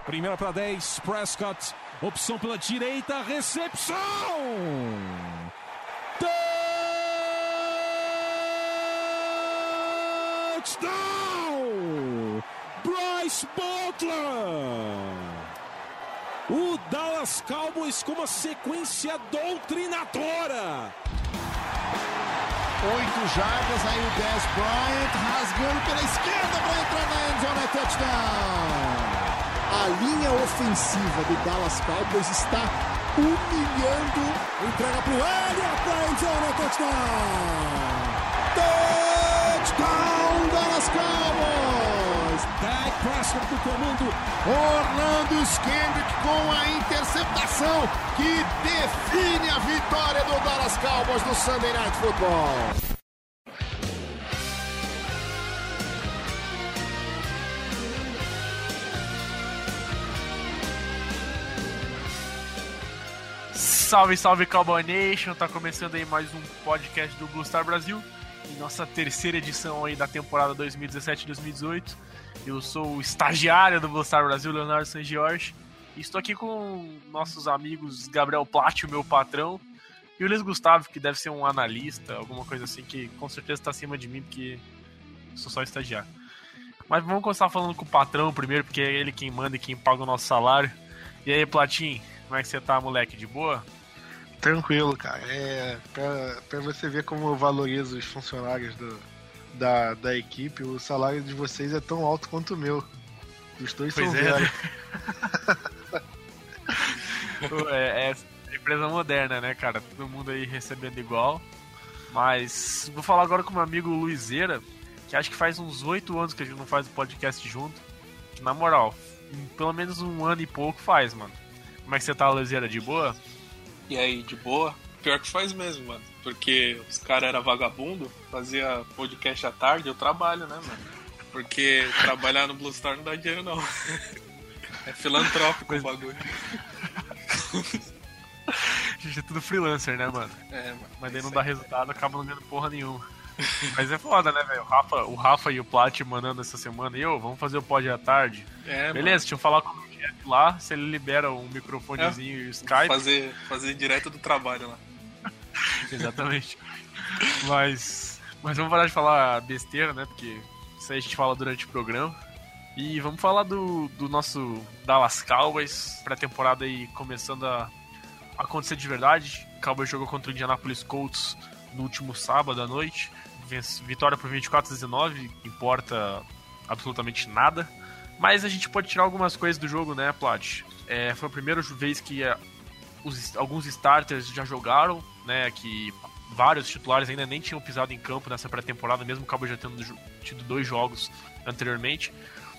Primeira para 10, Prescott. Opção pela direita, recepção! Touchdown! Bryce Butler! O Dallas Cowboys com uma sequência doutrinadora. 8 jardas, aí o Dez Bryant rasgando pela esquerda para entrar na endzone, touchdown! A linha ofensiva do Dallas Cowboys está humilhando. Entrega para o Elliott para endzone, touchdown! Touchdown, Dallas Cowboys! Dak Prescott do comando. Orlando Scandrick com a interceptação que define a vitória do Dallas Cowboys no Sunday Night Football. Salve, salve Cowboy Nation, tá começando aí mais um podcast do Blue Star Brasil, em nossa terceira edição aí da temporada 2017-2018. Eu sou o estagiário do Blue Star Brasil, Leonardo San Giorgi, e estou aqui com nossos amigos Gabriel Platt, o meu patrão, e o Luiz Gustavo, que deve ser um analista, alguma coisa assim, que com certeza está acima de mim, porque sou só estagiário. Mas vamos começar falando com o patrão primeiro, porque é ele quem manda e quem paga o nosso salário. E aí, Platinho, como é que você tá, moleque? De boa? Tranquilo, cara. Pra você ver como eu valorizo os funcionários da equipe, o salário de vocês é tão alto quanto o meu. Os dois são zero. É empresa moderna, né, cara? Todo mundo aí recebendo igual. Mas vou falar agora com o meu amigo Luizeira, que acho que faz uns 8 anos que a gente não faz o podcast junto. Na moral, pelo menos um ano e pouco faz, mano. Como é que você tá, Luizeira? De boa? E aí, de boa? Pior que faz mesmo, mano. Porque os caras eram vagabundo, fazia podcast à tarde, eu trabalho, né, mano? Porque trabalhar no Blue Star não dá dinheiro, não. É filantrópico o bagulho. A gente é tudo freelancer, né, mano? É, mano. Mas daí não dá resultado, acaba não ganhando porra nenhuma. Mas é foda, né, velho? O Rafa e o Plat mandando essa semana. E vamos fazer o pod à tarde. É, beleza, deixa eu falar com o chefe lá, se ele libera um microfonezinho e o Skype. Fazer direto do trabalho lá. Exatamente. Mas vamos parar de falar besteira, né? Porque isso aí a gente fala durante o programa. E vamos falar do nosso Dallas Cowboys, pré-temporada aí começando a acontecer de verdade. O Cowboys jogou contra o Indianapolis Colts no último sábado à noite. Vitória por 24-19, importa absolutamente nada. Mas a gente pode tirar algumas coisas do jogo, né, Plat? Foi a primeira vez que alguns starters já jogaram, né, que vários titulares ainda nem tinham pisado em campo nessa pré-temporada, mesmo o Cowboys já tendo tido 2 jogos anteriormente.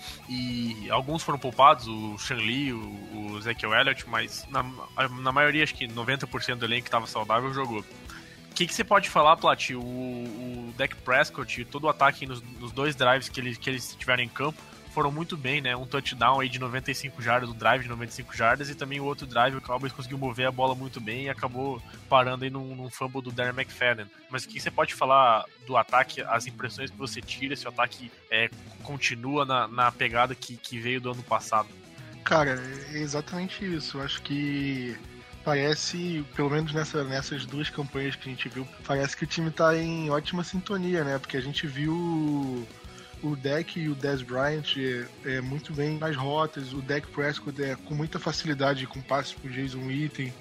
E alguns foram poupados, o Sean Lee, o Ezekiel Elliott, mas na maioria, acho que 90% do elenco que estava saudável jogou. O que você pode falar, Plat? O Dak Prescott, todo o ataque nos 2 drives que eles tiveram em campo foram muito bem, né? Um touchdown aí de 95 jardas, um drive de 95 jardas, e também o outro drive, o Cowboys conseguiu mover a bola muito bem e acabou parando aí num fumble do Darren McFadden. Mas o que você pode falar do ataque, as impressões que você tira, se o ataque continua na pegada que veio do ano passado? Cara, é exatamente isso. Eu acho que parece, pelo menos nessas 2 campanhas que a gente viu, parece que o time tá em ótima sintonia, né? Porque a gente viu o Dak e o Dez Bryant muito bem nas rotas, o Dak Prescott com muita facilidade com passes pro Jason Witten,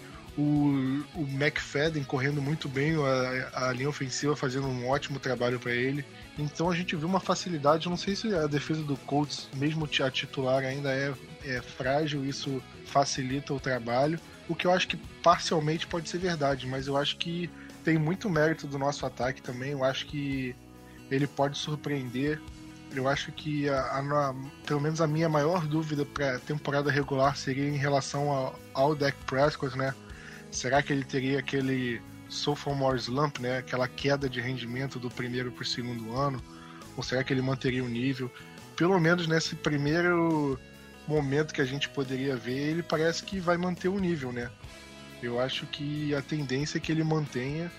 o McFadden correndo muito bem, a linha ofensiva fazendo um ótimo trabalho para ele. Então a gente viu uma facilidade. Eu não sei se a defesa do Colts, mesmo a titular, ainda é frágil, isso facilita o trabalho, o que eu acho que parcialmente pode ser verdade, mas eu acho que tem muito mérito do nosso ataque também. Eu acho que ele pode surpreender. Eu acho que pelo menos a minha maior dúvida para a temporada regular seria em relação ao Dak Prescott, né? Será que ele teria aquele sophomore slump, né? Aquela queda de rendimento do primeiro para o segundo ano? Ou será que ele manteria o nível? Pelo menos nesse primeiro momento que a gente poderia ver, ele parece que vai manter o nível, né? Eu acho que a tendência é que ele mantenha,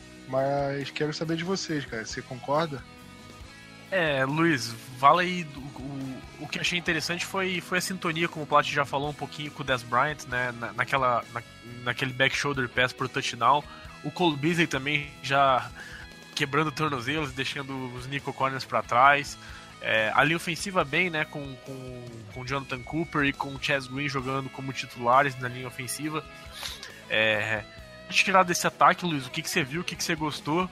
mas quero saber de vocês, cara. Você concorda? Luiz, fala aí o que eu achei interessante foi a sintonia, como o Plat já falou um pouquinho com o Dez Bryant, né? Naquele back shoulder pass pro touchdown. O Cole Beasley também já quebrando tornozelos, deixando os nickel corners para trás. A linha ofensiva bem, né? Com o Jonathan Cooper e com o Chaz Green jogando como titulares na linha ofensiva. Tirar desse ataque, Luiz, o que você viu, o que você gostou,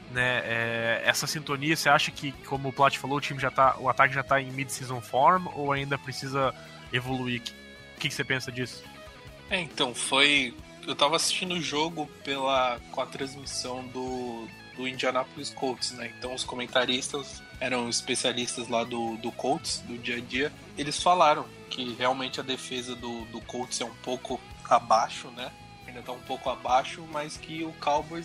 né? Essa sintonia, você acha que, como o Plat falou, o ataque já está em mid-season form ou ainda precisa evoluir? O que você pensa disso? Então, eu tava assistindo o jogo com a transmissão do Indianapolis Colts, né? Então os comentaristas eram especialistas lá do Colts, do dia a dia. Eles falaram que realmente a defesa do Colts é um pouco abaixo, né? Ainda tá um pouco abaixo, mas que o Cowboys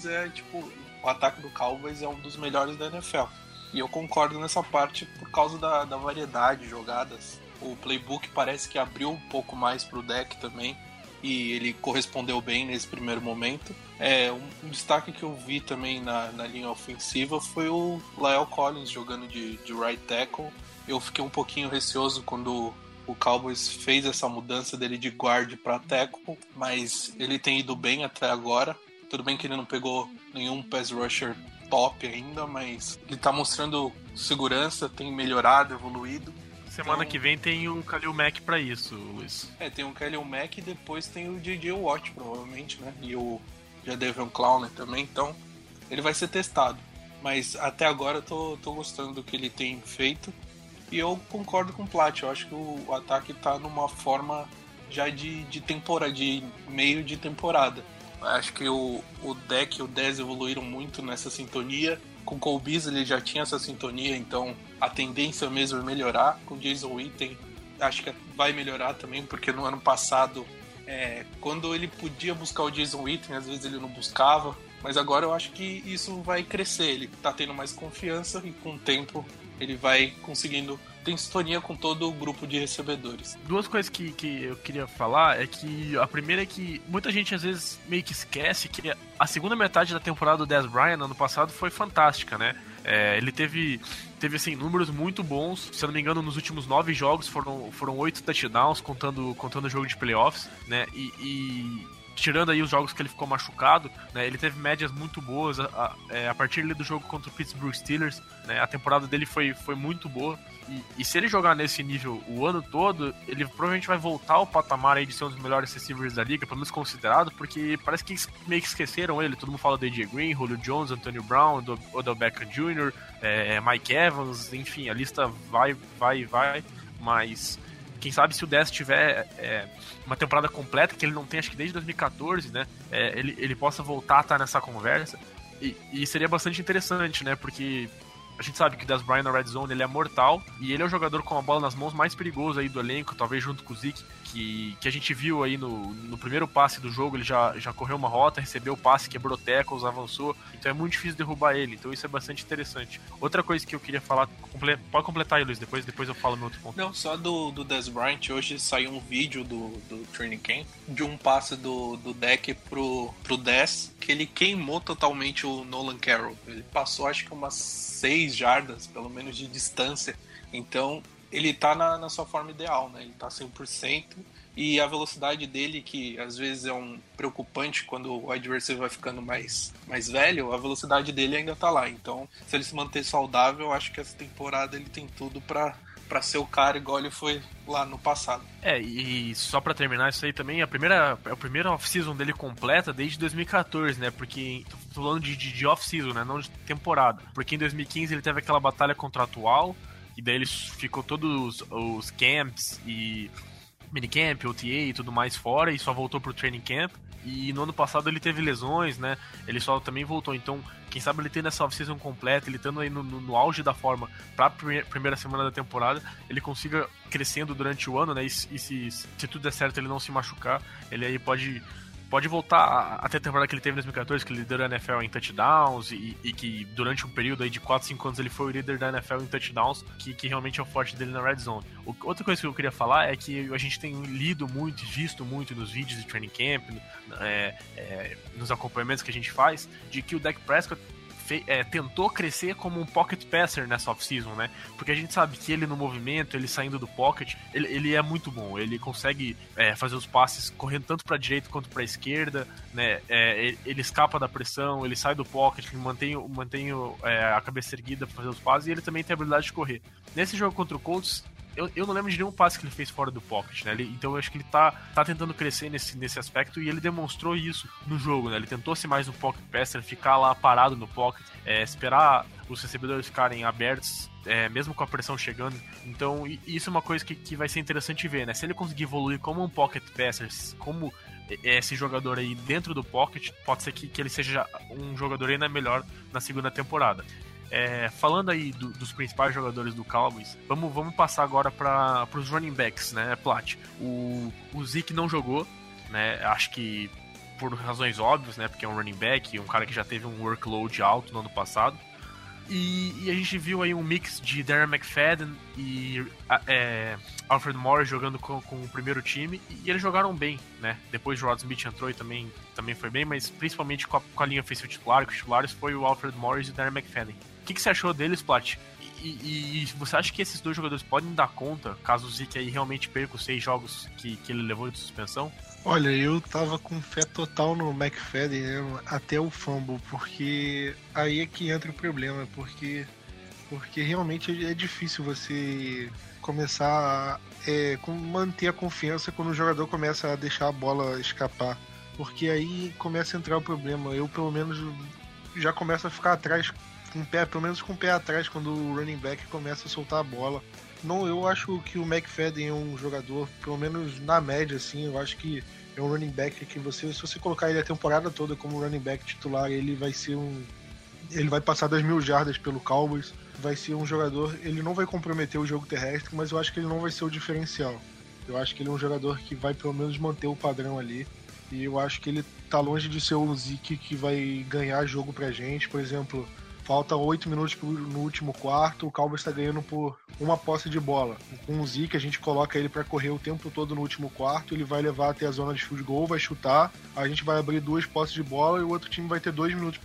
o ataque do Cowboys é um dos melhores da NFL. E eu concordo nessa parte por causa da variedade de jogadas. O playbook parece que abriu um pouco mais pro deck também, e ele correspondeu bem nesse primeiro momento. Um destaque que eu vi também na linha ofensiva foi o La'el Collins jogando de right tackle. Eu fiquei um pouquinho receoso quando o Cowboys fez essa mudança dele de guard para tackle, mas ele tem ido bem até agora. Tudo bem que ele não pegou nenhum pass rusher top ainda, mas ele tá mostrando segurança, tem melhorado, evoluído. Semana que vem tem o Khalil Mack pra isso, Luiz. Tem o Khalil Mack e depois tem o J.J. Watt, provavelmente, né? E o Jadeveon Clowney também, então ele vai ser testado. Mas até agora eu tô gostando do que ele tem feito. E eu concordo com o Plat, eu acho que o ataque tá numa forma já de meio de temporada. Acho que o Deck e o Dez evoluíram muito nessa sintonia. Com o Cole Beasley ele já tinha essa sintonia, então a tendência mesmo é melhorar. Com o Jason Witten acho que vai melhorar também, porque no ano passado, quando ele podia buscar o Jason Witten, às vezes ele não buscava. Mas agora eu acho que isso vai crescer, ele tá tendo mais confiança e com o tempo ele vai conseguindo ter sintonia com todo o grupo de recebedores. Duas coisas que eu queria falar é que a primeira é que muita gente às vezes meio que esquece que a segunda metade da temporada do Dez Bryant ano passado foi fantástica, né? Ele teve assim, números muito bons. Se eu não me engano, nos últimos 9 jogos foram 8 touchdowns, contando o jogo de playoffs, né? E tirando aí os jogos que ele ficou machucado, né, ele teve médias muito boas a partir do jogo contra o Pittsburgh Steelers, né, a temporada dele foi muito boa, e se ele jogar nesse nível o ano todo, ele provavelmente vai voltar ao patamar aí de ser um dos melhores receivers da liga, pelo menos considerado, porque parece que meio que esqueceram ele. Todo mundo fala do AJ Green, Julio Jones, Antonio Brown, Odell Beckham Jr., Mike Evans, enfim, a lista vai, mas quem sabe se o Dez tiver uma temporada completa, que ele não tem acho que desde 2014, né, ele possa voltar a estar nessa conversa, e seria bastante interessante, né, porque a gente sabe que o Dez Bryant na Red Zone ele é mortal, e ele é o jogador com a bola nas mãos mais perigoso aí do elenco, talvez junto com o Zeke, que a gente viu aí no primeiro passe do jogo. Ele já correu uma rota, recebeu o passe, quebrou tackles, avançou, então é muito difícil derrubar ele, então isso é bastante interessante. Outra coisa que eu queria falar, pode completar aí, Luiz, depois eu falo no outro ponto. Não, só do Dez Bryant, hoje saiu um vídeo do Training Camp, de um passe do Deck pro Dez, que ele queimou totalmente o Nolan Carroll. Ele passou acho que umas 6 jardas, pelo menos, de distância. Então, ele tá na sua forma ideal, né? Ele tá 100%. E a velocidade dele, que às vezes é preocupante quando o wide receiver vai ficando mais velho, a velocidade dele ainda tá lá. Então, se ele se manter saudável, eu acho que essa temporada ele tem tudo pra ser o cara igual ele foi lá no passado. E só pra terminar isso aí também, a primeira off-season dele completa desde 2014, né? Porque tô falando de off-season, né? Não de temporada. Porque em 2015 ele teve aquela batalha contratual, e daí ele ficou todos os camps e minicamp, OTA e tudo mais fora, e só voltou pro training camp. E no ano passado ele teve lesões, né? Ele só também voltou. Então, quem sabe ele tendo essa off-season completa, ele estando aí no auge da forma pra primeira semana da temporada, ele consiga crescendo durante o ano, né? E se tudo der certo, ele não se machucar, ele aí pode voltar até a temporada que ele teve em 2014, que ele liderou a NFL em touchdowns, e que durante um período aí de 4, 5 anos ele foi o líder da NFL em touchdowns, que realmente é o forte dele na Red Zone. Outra coisa que eu queria falar é que a gente tem lido muito, visto muito nos vídeos de training camp, nos acompanhamentos que a gente faz, de que o Dak Prescott tentou crescer como um pocket passer nessa off-season, né? Porque a gente sabe que ele no movimento, ele saindo do pocket, ele é muito bom. Ele consegue fazer os passes correndo tanto para direita quanto para esquerda, né? Ele escapa da pressão, ele sai do pocket, ele mantém a cabeça erguida para fazer os passes, e ele também tem a habilidade de correr. Nesse jogo contra o Colts, eu não lembro de nenhum passe que ele fez fora do pocket, né? Então eu acho que ele tá tentando crescer nesse aspecto, e ele demonstrou isso no jogo, né? Ele tentou ser mais um pocket passer, ficar lá parado no pocket, esperar os recebedores ficarem abertos, mesmo com a pressão chegando. Então isso é uma coisa que vai ser interessante ver, né? Se ele conseguir evoluir como um pocket passer, como esse jogador aí dentro do pocket, pode ser que ele seja um jogador ainda melhor na segunda temporada. Falando aí dos principais jogadores do Cowboys, vamos passar agora para os running backs, né, Plat? O Zeke não jogou, né? Acho que por razões óbvias, né? Porque é um running back, um cara que já teve um workload alto no ano passado. E a gente viu aí um mix de Darren McFadden e Alfred Morris jogando com o primeiro time, e eles jogaram bem, né? Depois o Rod Smith entrou e também foi bem, mas principalmente com a linha ofensiva titular, que os titulares foi o Alfred Morris e o Darren McFadden. O que você achou deles, Plat? E você acha que esses dois jogadores podem dar conta, caso o Zeke aí realmente perca os 6 jogos que ele levou de suspensão? Olha, eu tava com fé total no McFadden, né, até o fumble, porque aí é que entra o problema, porque realmente é difícil você começar a manter a confiança quando o jogador começa a deixar a bola escapar, porque aí começa a entrar o problema. Eu, pelo menos, já começo a ficar atrás, pelo menos com o pé atrás, quando o running back começa a soltar a bola. Não, eu acho que o McFadden é um jogador, pelo menos na média, assim, eu acho que é um running back que se você colocar ele a temporada toda como running back titular, ele vai passar das 1.000 jardas pelo Cowboys, vai ser um jogador, ele não vai comprometer o jogo terrestre, mas eu acho que ele não vai ser o diferencial. Eu acho que ele é um jogador que vai pelo menos manter o padrão ali, e eu acho que ele tá longe de ser o Zeke que vai ganhar jogo pra gente. Por exemplo, falta 8 minutos no último quarto, o Cowboys está ganhando por uma posse de bola. Com o Zeke, a gente coloca ele para correr o tempo todo no último quarto, ele vai levar até a zona de field goal, vai chutar, a gente vai abrir 2 posses de bola e o outro time vai ter 2 minutos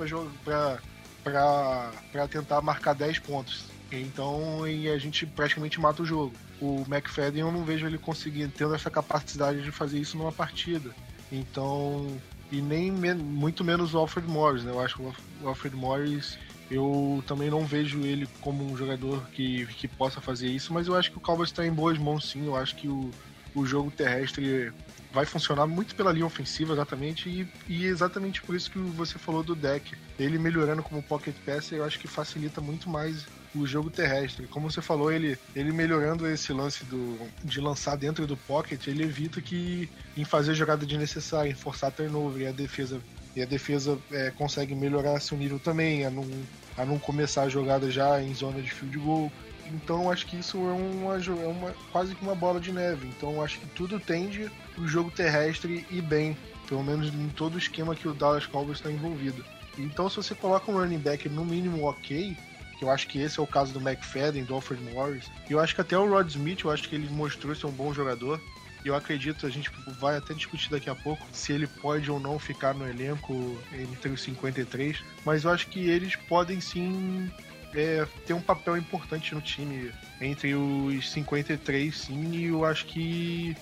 para tentar marcar 10 pontos. Então, a gente praticamente mata o jogo. O McFadden, eu não vejo ele tendo essa capacidade de fazer isso numa partida. Então, e nem muito menos o Alfred Morris, né? Eu acho que o Alfred Morris, eu também não vejo ele como um jogador que possa fazer isso, mas eu acho que o Cowboys está em boas mãos, sim. Eu acho que o jogo terrestre vai funcionar muito pela linha ofensiva, exatamente, e exatamente por isso que você falou do deck. Ele melhorando como pocket passer, eu acho que facilita muito mais o jogo terrestre. Como você falou, ele melhorando esse lance de lançar dentro do pocket, ele evita que em fazer jogada desnecessária, em forçar turnover, e a defesa consegue melhorar seu nível também, a não começar a jogada já em zona de field goal. Então acho que isso é quase que uma bola de neve. Então acho que tudo tende o jogo terrestre ir bem, pelo menos em todo o esquema que o Dallas Cowboys está envolvido. Então se você coloca um running back no mínimo ok, que eu acho que esse é o caso do McFadden, do Alfred Morris, e eu acho que até o Rod Smith, eu acho que ele mostrou ser um bom jogador. E eu acredito, a gente vai até discutir daqui a pouco se ele pode ou não ficar no elenco entre os 53, mas eu acho que eles podem sim ter um papel importante no time entre os 53, sim, e eu acho que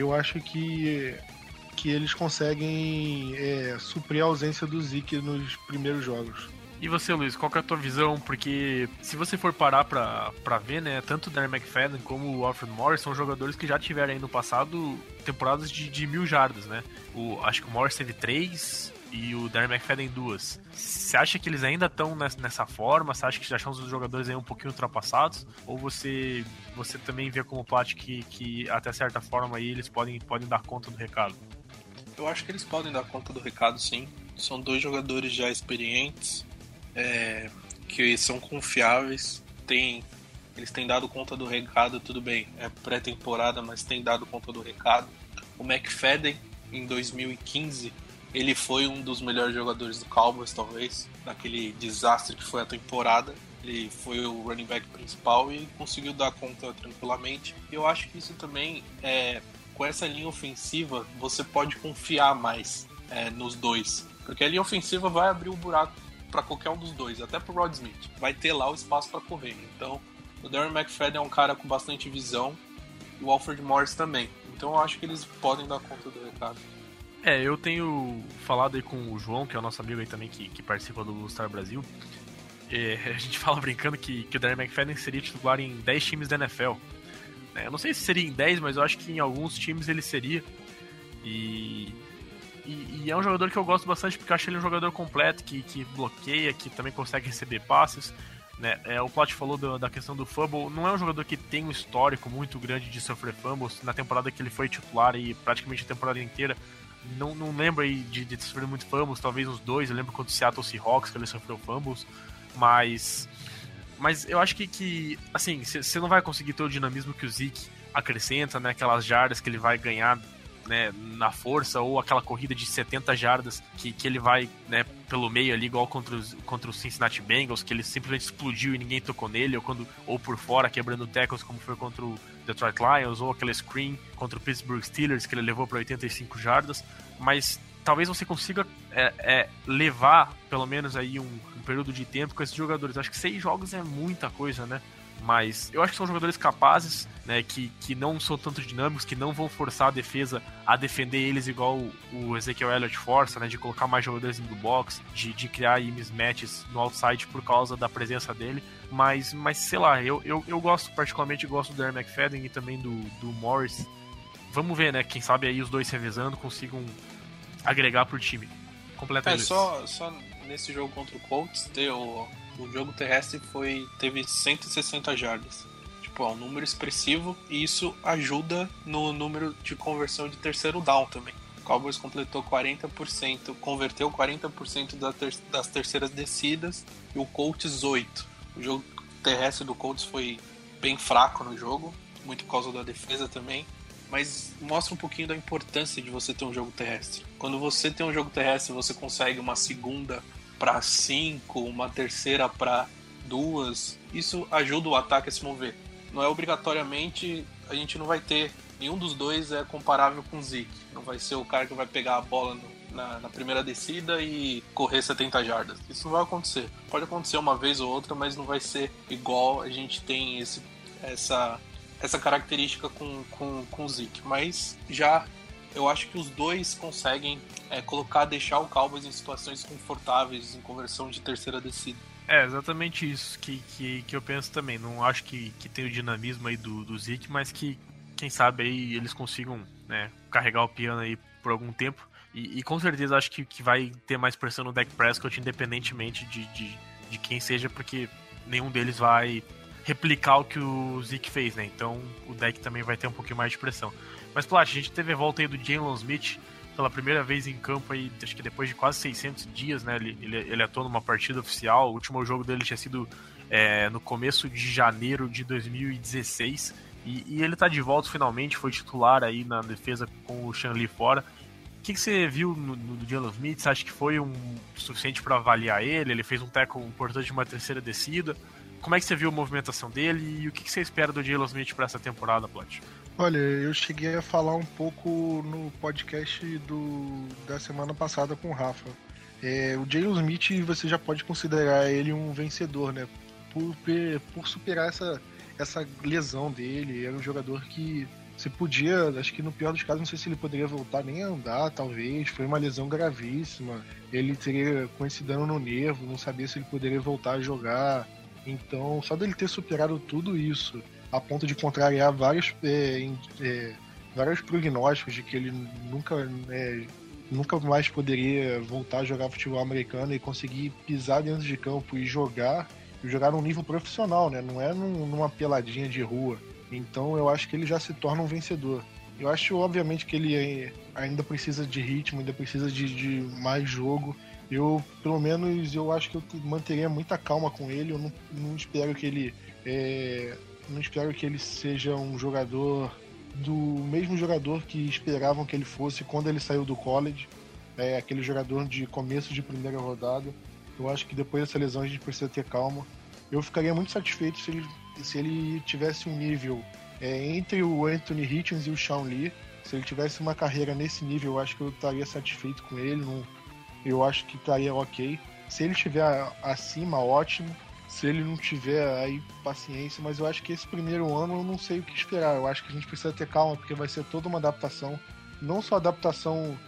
eles conseguem suprir a ausência do Zeke nos primeiros jogos. E você, Luiz, qual que é a tua visão? Porque se você for parar pra ver, né, tanto o Darren McFadden como o Alfred Morris são jogadores que já tiveram aí no passado temporadas de 1.000 jardas, né? Acho que o Morris teve 3 e o Darren McFadden 2. Você acha que eles ainda estão nessa forma? Você acha que já são os jogadores aí um pouquinho ultrapassados? Ou você também vê como Plat que até certa forma aí eles podem dar conta do recado? Eu acho que eles podem dar conta do recado, sim. São 2 jogadores já experientes, que são confiáveis, eles têm dado conta do recado, tudo bem, é pré-temporada, mas têm dado conta do recado. O McFadden, em 2015, ele foi um dos melhores jogadores do Cowboys, talvez, naquele desastre que foi a temporada. Ele foi o running back principal e conseguiu dar conta tranquilamente. E eu acho que isso também, com essa linha ofensiva, você pode confiar mais nos dois, porque a linha ofensiva vai abrir o buraco pra qualquer um dos dois, até pro Rod Smith. Vai ter lá o espaço pra correr. Então, o Darren McFadden é um cara com bastante visão e o Alfred Morris também. Então eu acho que eles podem dar conta do recado. Eu tenho falado aí com o João, que é o nosso amigo aí também, que participa do Star Brasil. A gente fala brincando que o Darren McFadden seria titular em 10 times da NFL. Eu não sei se seria em 10, mas eu acho que em alguns times ele seria. E é um jogador que eu gosto bastante, porque eu acho ele um jogador completo, que bloqueia, que também consegue receber passes. O Plot falou da questão do fumble. Não é um jogador que tem um histórico muito grande de sofrer fumbles. Na temporada que ele foi titular e praticamente a temporada inteira, não lembro aí de sofrer muito fumbles, talvez uns 2. Eu lembro contra o Seattle Seahawks que ele sofreu fumbles. Mas eu acho que assim, você não vai conseguir ter o dinamismo que o Zeke acrescenta, né? Aquelas jardas que ele vai ganhar, né, na força, ou aquela corrida de 70 jardas que ele vai, né, pelo meio ali, igual contra os Cincinnati Bengals, que ele simplesmente explodiu e ninguém tocou nele, ou por fora, quebrando tackles, como foi contra o Detroit Lions, ou aquele screen contra o Pittsburgh Steelers, que ele levou para 85 jardas. Mas talvez você consiga levar, pelo menos aí um período de tempo com esses jogadores. Acho que 6 jogos é muita coisa, né? Mas eu acho que são jogadores capazes, né, que não são tanto dinâmicos, que não vão forçar a defesa a defender eles igual o Ezekiel Elliott força, né, de colocar mais jogadores no box, de criar aí mismatches no outside por causa da presença dele. Mas sei lá, eu particularmente gosto do Darren McFadden e também do Morris. Vamos ver, né, quem sabe aí os dois se revezando consigam agregar pro time. Completamente. Só nesse jogo contra o Colts, o jogo terrestre teve 160 jardas. Tipo, é um número expressivo e isso ajuda no número de conversão de terceiro down também. O Cowboys converteu 40% das terceiras descidas e o Colts 8%. O jogo terrestre do Colts foi bem fraco no jogo, muito por causa da defesa também. Mas mostra um pouquinho da importância de você ter um jogo terrestre. Quando você tem um jogo terrestre, você consegue uma segunda para 5, uma terceira para 2. Isso ajuda o ataque a se mover. Não é obrigatoriamente, a gente não vai ter, nenhum dos dois é comparável com o Zeke. Não vai ser o cara que vai pegar a bola na primeira descida e correr 70 jardas. Isso não vai acontecer. Pode acontecer uma vez ou outra, mas não vai ser igual a gente tem essa característica com o Zeke. Mas já eu acho que os dois conseguem deixar o Cowboys em situações confortáveis em conversão de terceira descida. Exatamente isso que eu penso também. Não acho que tem o dinamismo aí do Zeke, mas que, quem sabe aí eles consigam, né, carregar o piano aí por algum tempo. E com certeza acho que vai ter mais pressão no Dak Prescott, independentemente de quem seja, porque nenhum deles vai replicar o que o Zeke fez, né? Então o Dak também vai ter um pouquinho mais de pressão. Mas, Plat, a gente teve a volta aí do Jalen Smith pela primeira vez em campo aí, acho que depois de quase 600 dias, né? Ele atuou numa partida oficial. O último jogo dele tinha sido no começo de janeiro de 2016. E ele tá de volta finalmente, foi titular aí na defesa com o Sean Lee fora. O que você viu no Jalen Smith? Você acha que foi suficiente para avaliar ele? Ele fez um tackle importante de uma terceira descida. Como é que você viu a movimentação dele e o que você espera do Jalen Smith para essa temporada, Plat? Olha, eu cheguei a falar um pouco no podcast da semana passada com o Rafa. O Jalen Smith, você já pode considerar ele um vencedor, né? Por superar essa lesão dele. Era um jogador que você podia, acho que no pior dos casos, não sei se ele poderia voltar nem a andar, talvez. Foi uma lesão gravíssima. Ele teria com esse dano no nervo, não sabia se ele poderia voltar a jogar. Então, só dele ter superado tudo isso, a ponto de contrariar vários prognósticos de que ele nunca mais poderia voltar a jogar futebol americano e conseguir pisar dentro de campo e jogar num nível profissional, né? Não é numa peladinha de rua. Então, eu acho que ele já se torna um vencedor. Eu acho, obviamente, que ele ainda precisa de ritmo, ainda precisa de mais jogo. Pelo menos, eu acho que eu manteria muita calma com ele. Eu não espero que ele seja um jogador do mesmo jogador que esperavam que ele fosse quando ele saiu do college. Aquele jogador de começo de primeira rodada. Eu acho que depois dessa lesão a gente precisa ter calma. Eu ficaria muito satisfeito se ele tivesse um nível entre o Anthony Hitchens e o Sean Lee. Se ele tivesse uma carreira nesse nível, eu acho que eu estaria satisfeito com ele. Eu acho que estaria ok. Se ele estiver acima, ótimo. Se ele não tiver, aí paciência. Mas eu acho que esse primeiro ano eu não sei o que esperar. Eu acho que a gente precisa ter calma, porque vai ser toda uma adaptação. Não só adaptação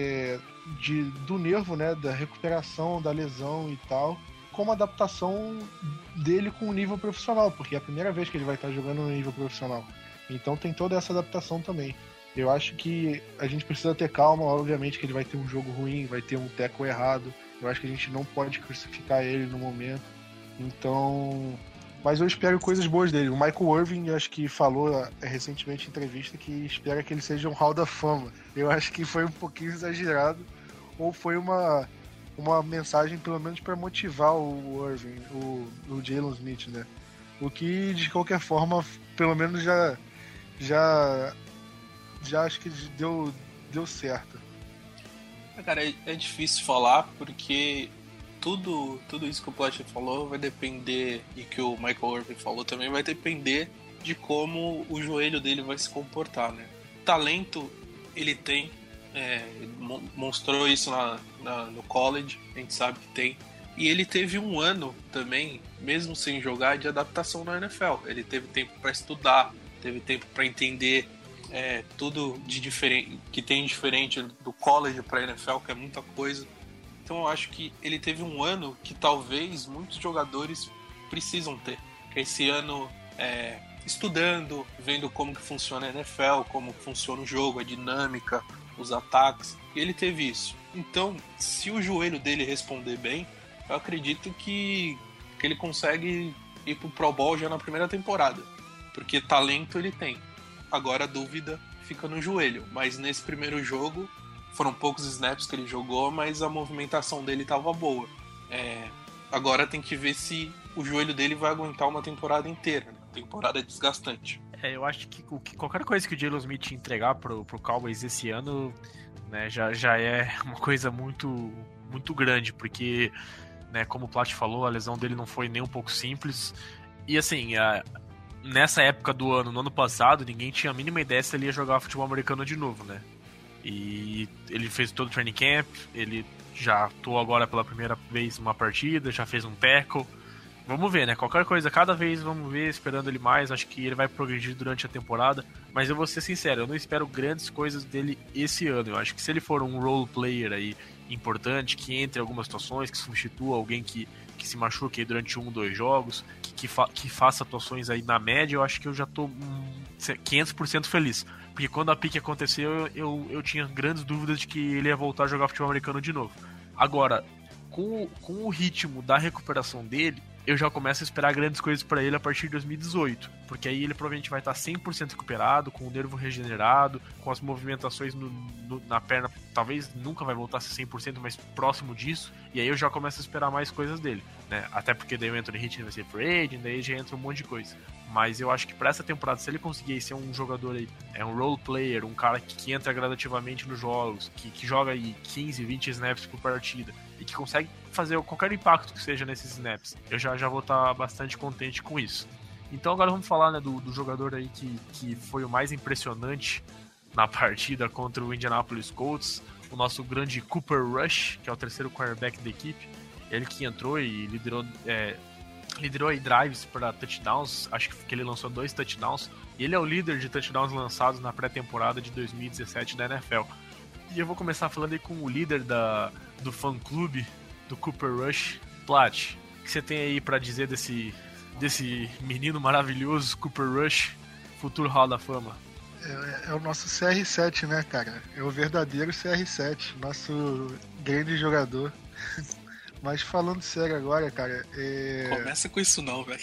do nervo, né? Da recuperação, da lesão e tal, como adaptação dele com o nível profissional, porque é a primeira vez que ele vai estar jogando no nível profissional. Então tem toda essa adaptação também. Eu acho que a gente precisa ter calma. Obviamente que ele vai ter um jogo ruim, vai ter um tackle errado. Eu acho que a gente não pode crucificar ele no momento. Então... Mas eu espero coisas boas dele. O Michael Irvin, eu acho que falou recentemente em entrevista que espera que ele seja um Hall da Fama. Eu acho que foi um pouquinho exagerado, ou foi uma mensagem pelo menos para motivar o Irvin, o Jaylon Smith, né? O que de qualquer forma, pelo menos já acho que deu certo. Cara, é difícil falar porque tudo isso que o Plat falou vai depender, e que o Michael Irvin falou também, vai depender de como o joelho dele vai se comportar, né? Talento ele tem, mostrou isso no college, a gente sabe que tem. E ele teve um ano também, mesmo sem jogar, de adaptação na NFL. Ele teve tempo para estudar, teve tempo para entender tudo de diferente que tem diferente do college para NFL, que é muita coisa. Então eu acho que ele teve um ano que talvez muitos jogadores precisam ter, que é esse ano estudando, vendo como que funciona a NFL, como que funciona o jogo, a dinâmica, os ataques, e ele teve isso. Então, se o joelho dele responder bem, eu acredito que ele consegue ir pro Pro Bowl já na primeira temporada, porque talento ele tem. Agora a dúvida fica no joelho, mas nesse primeiro jogo foram poucos snaps que ele jogou, mas a movimentação dele estava boa. Agora tem que ver se o joelho dele vai aguentar uma temporada inteira, né? Temporada desgastante. Eu acho que qualquer coisa que o Jaylon Smith entregar pro Cowboys esse ano, né, já é uma coisa muito, muito grande, porque, né, como o Plat falou, a lesão dele não foi nem um pouco simples. E assim, nessa época do ano, no ano passado, ninguém tinha a mínima ideia se ele ia jogar futebol americano de novo, né? E ele fez todo o training camp, ele já atuou agora pela primeira vez numa partida, já fez um tackle. Vamos ver, né? Qualquer coisa, cada vez vamos ver, esperando ele mais. Acho que ele vai progredir durante a temporada. Mas eu vou ser sincero, eu não espero grandes coisas dele esse ano. Eu acho que se ele for um role player aí importante, que entre em algumas situações, que substitua alguém que se machuque aí durante 1, 2 jogos, que faça atuações aí na média, eu acho que eu já tô 500% feliz. Porque quando a pique aconteceu, eu tinha grandes dúvidas de que ele ia voltar a jogar futebol americano de novo. Agora, com o ritmo da recuperação dele, eu já começo a esperar grandes coisas para ele a partir de 2018, porque aí ele provavelmente vai estar 100% recuperado, com o nervo regenerado, com as movimentações na perna, talvez nunca vai voltar a ser 100%, mas próximo disso, e aí eu já começo a esperar mais coisas dele, né? Até porque daí o Anthony Hitchens vai ser free agent, daí já entra um monte de coisa. Mas eu acho que para essa temporada, se ele conseguir ser um jogador aí, um role player, um cara que entra gradativamente nos jogos, que joga aí 15, 20 snaps por partida, e que consegue fazer qualquer impacto que seja nesses snaps, eu já vou estar bastante contente com isso. Então agora vamos falar, né, do jogador aí que foi o mais impressionante na partida contra o Indianapolis Colts, o nosso grande Cooper Rush, que é o terceiro quarterback da equipe. Ele que entrou e liderou aí drives para touchdowns, acho que ele lançou 2 touchdowns, e ele é o líder de touchdowns lançados na pré-temporada de 2017 da NFL. E eu vou começar falando aí com o líder do fã-clube do Cooper Rush, Plat. O que você tem aí para dizer desse menino maravilhoso, Cooper Rush, futuro Hall da Fama? É o nosso CR7, né, cara? É o verdadeiro CR7, nosso grande jogador. Mas falando sério agora, cara... Começa com isso não, velho.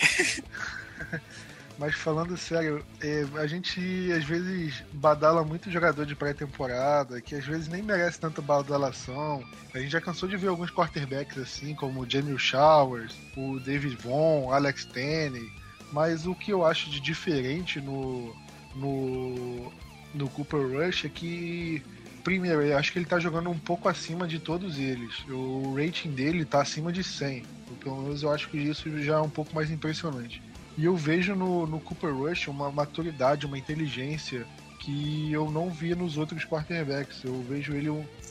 Mas falando sério, a gente às vezes badala muito jogador de pré-temporada, que às vezes nem merece tanta badalação. A gente já cansou de ver alguns quarterbacks assim, como o Jamil Showers, o David Vaughn, Alex Tenney. Mas o que eu acho de diferente no Cooper Rush é que, primeiro, eu acho que ele tá jogando um pouco acima de todos eles. O rating dele tá acima de 100. Pelo menos eu acho que isso já é um pouco mais impressionante. E eu vejo no Cooper Rush uma maturidade, uma inteligência que eu não vi nos outros quarterbacks. Eu vejo ele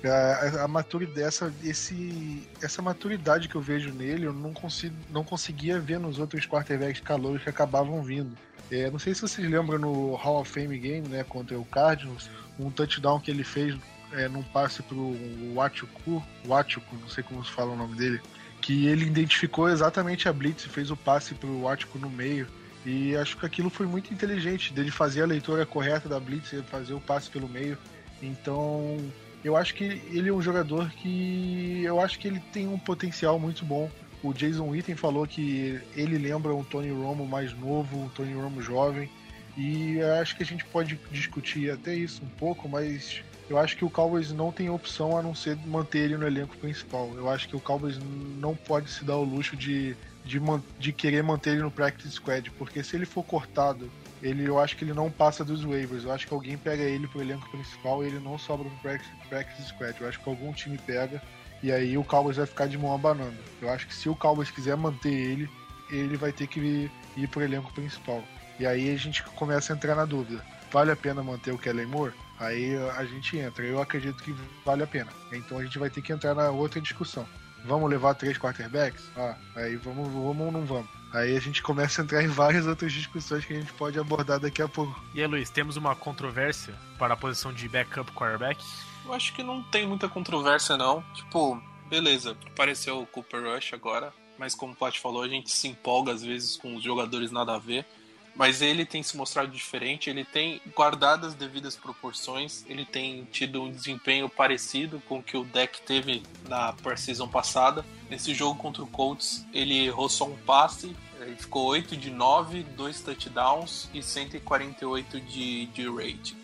a maturidade, essa maturidade que eu vejo nele, eu não conseguia ver nos outros quarterbacks calouros que acabavam vindo. Não sei se vocês lembram no Hall of Fame Game, né, contra o Cardinals, um touchdown que ele fez num passe pro Wachuku, não sei como se fala o nome dele, que ele identificou exatamente a blitz e fez o passe pro Wachuku no meio. E acho que aquilo foi muito inteligente, dele fazer a leitura correta da blitz e fazer o passe pelo meio. Então, eu acho que ele é um jogador que eu acho que ele tem um potencial muito bom. O Jason Witten falou que ele lembra um Tony Romo mais novo, um Tony Romo jovem. E eu acho que a gente pode discutir até isso um pouco, mas eu acho que o Cowboys não tem opção a não ser manter ele no elenco principal. Eu acho que o Cowboys não pode se dar o luxo de querer manter ele no practice squad, porque se ele for cortado, eu acho que ele não passa dos waivers. Eu acho que alguém pega ele pro elenco principal e ele não sobra no practice squad. Eu acho que algum time pega e aí o Cowboys vai ficar de mão abanando. Eu acho que se o Cowboys quiser manter ele vai ter que ir pro elenco principal. E aí a gente começa a entrar na dúvida. Vale a pena manter o Kellen Moore? Aí a gente entra. Eu acredito que vale a pena. Então a gente vai ter que entrar na outra discussão. Vamos levar 3 quarterbacks? Aí vamos ou não vamos? Aí a gente começa a entrar em várias outras discussões que a gente pode abordar daqui a pouco. E aí, Luiz, temos uma controvérsia para a posição de backup quarterback? Eu acho que não tem muita controvérsia, não. Tipo, beleza, apareceu o Cooper Rush agora, mas como o Plat falou, a gente se empolga às vezes com os jogadores nada a ver. Mas ele tem se mostrado diferente, ele tem guardado as devidas proporções, ele tem tido um desempenho parecido com o que o Dak teve na pré-season passada. Nesse jogo contra o Colts, ele errou só um passe, ele ficou 8 de 9, 2 touchdowns e 148 de rating.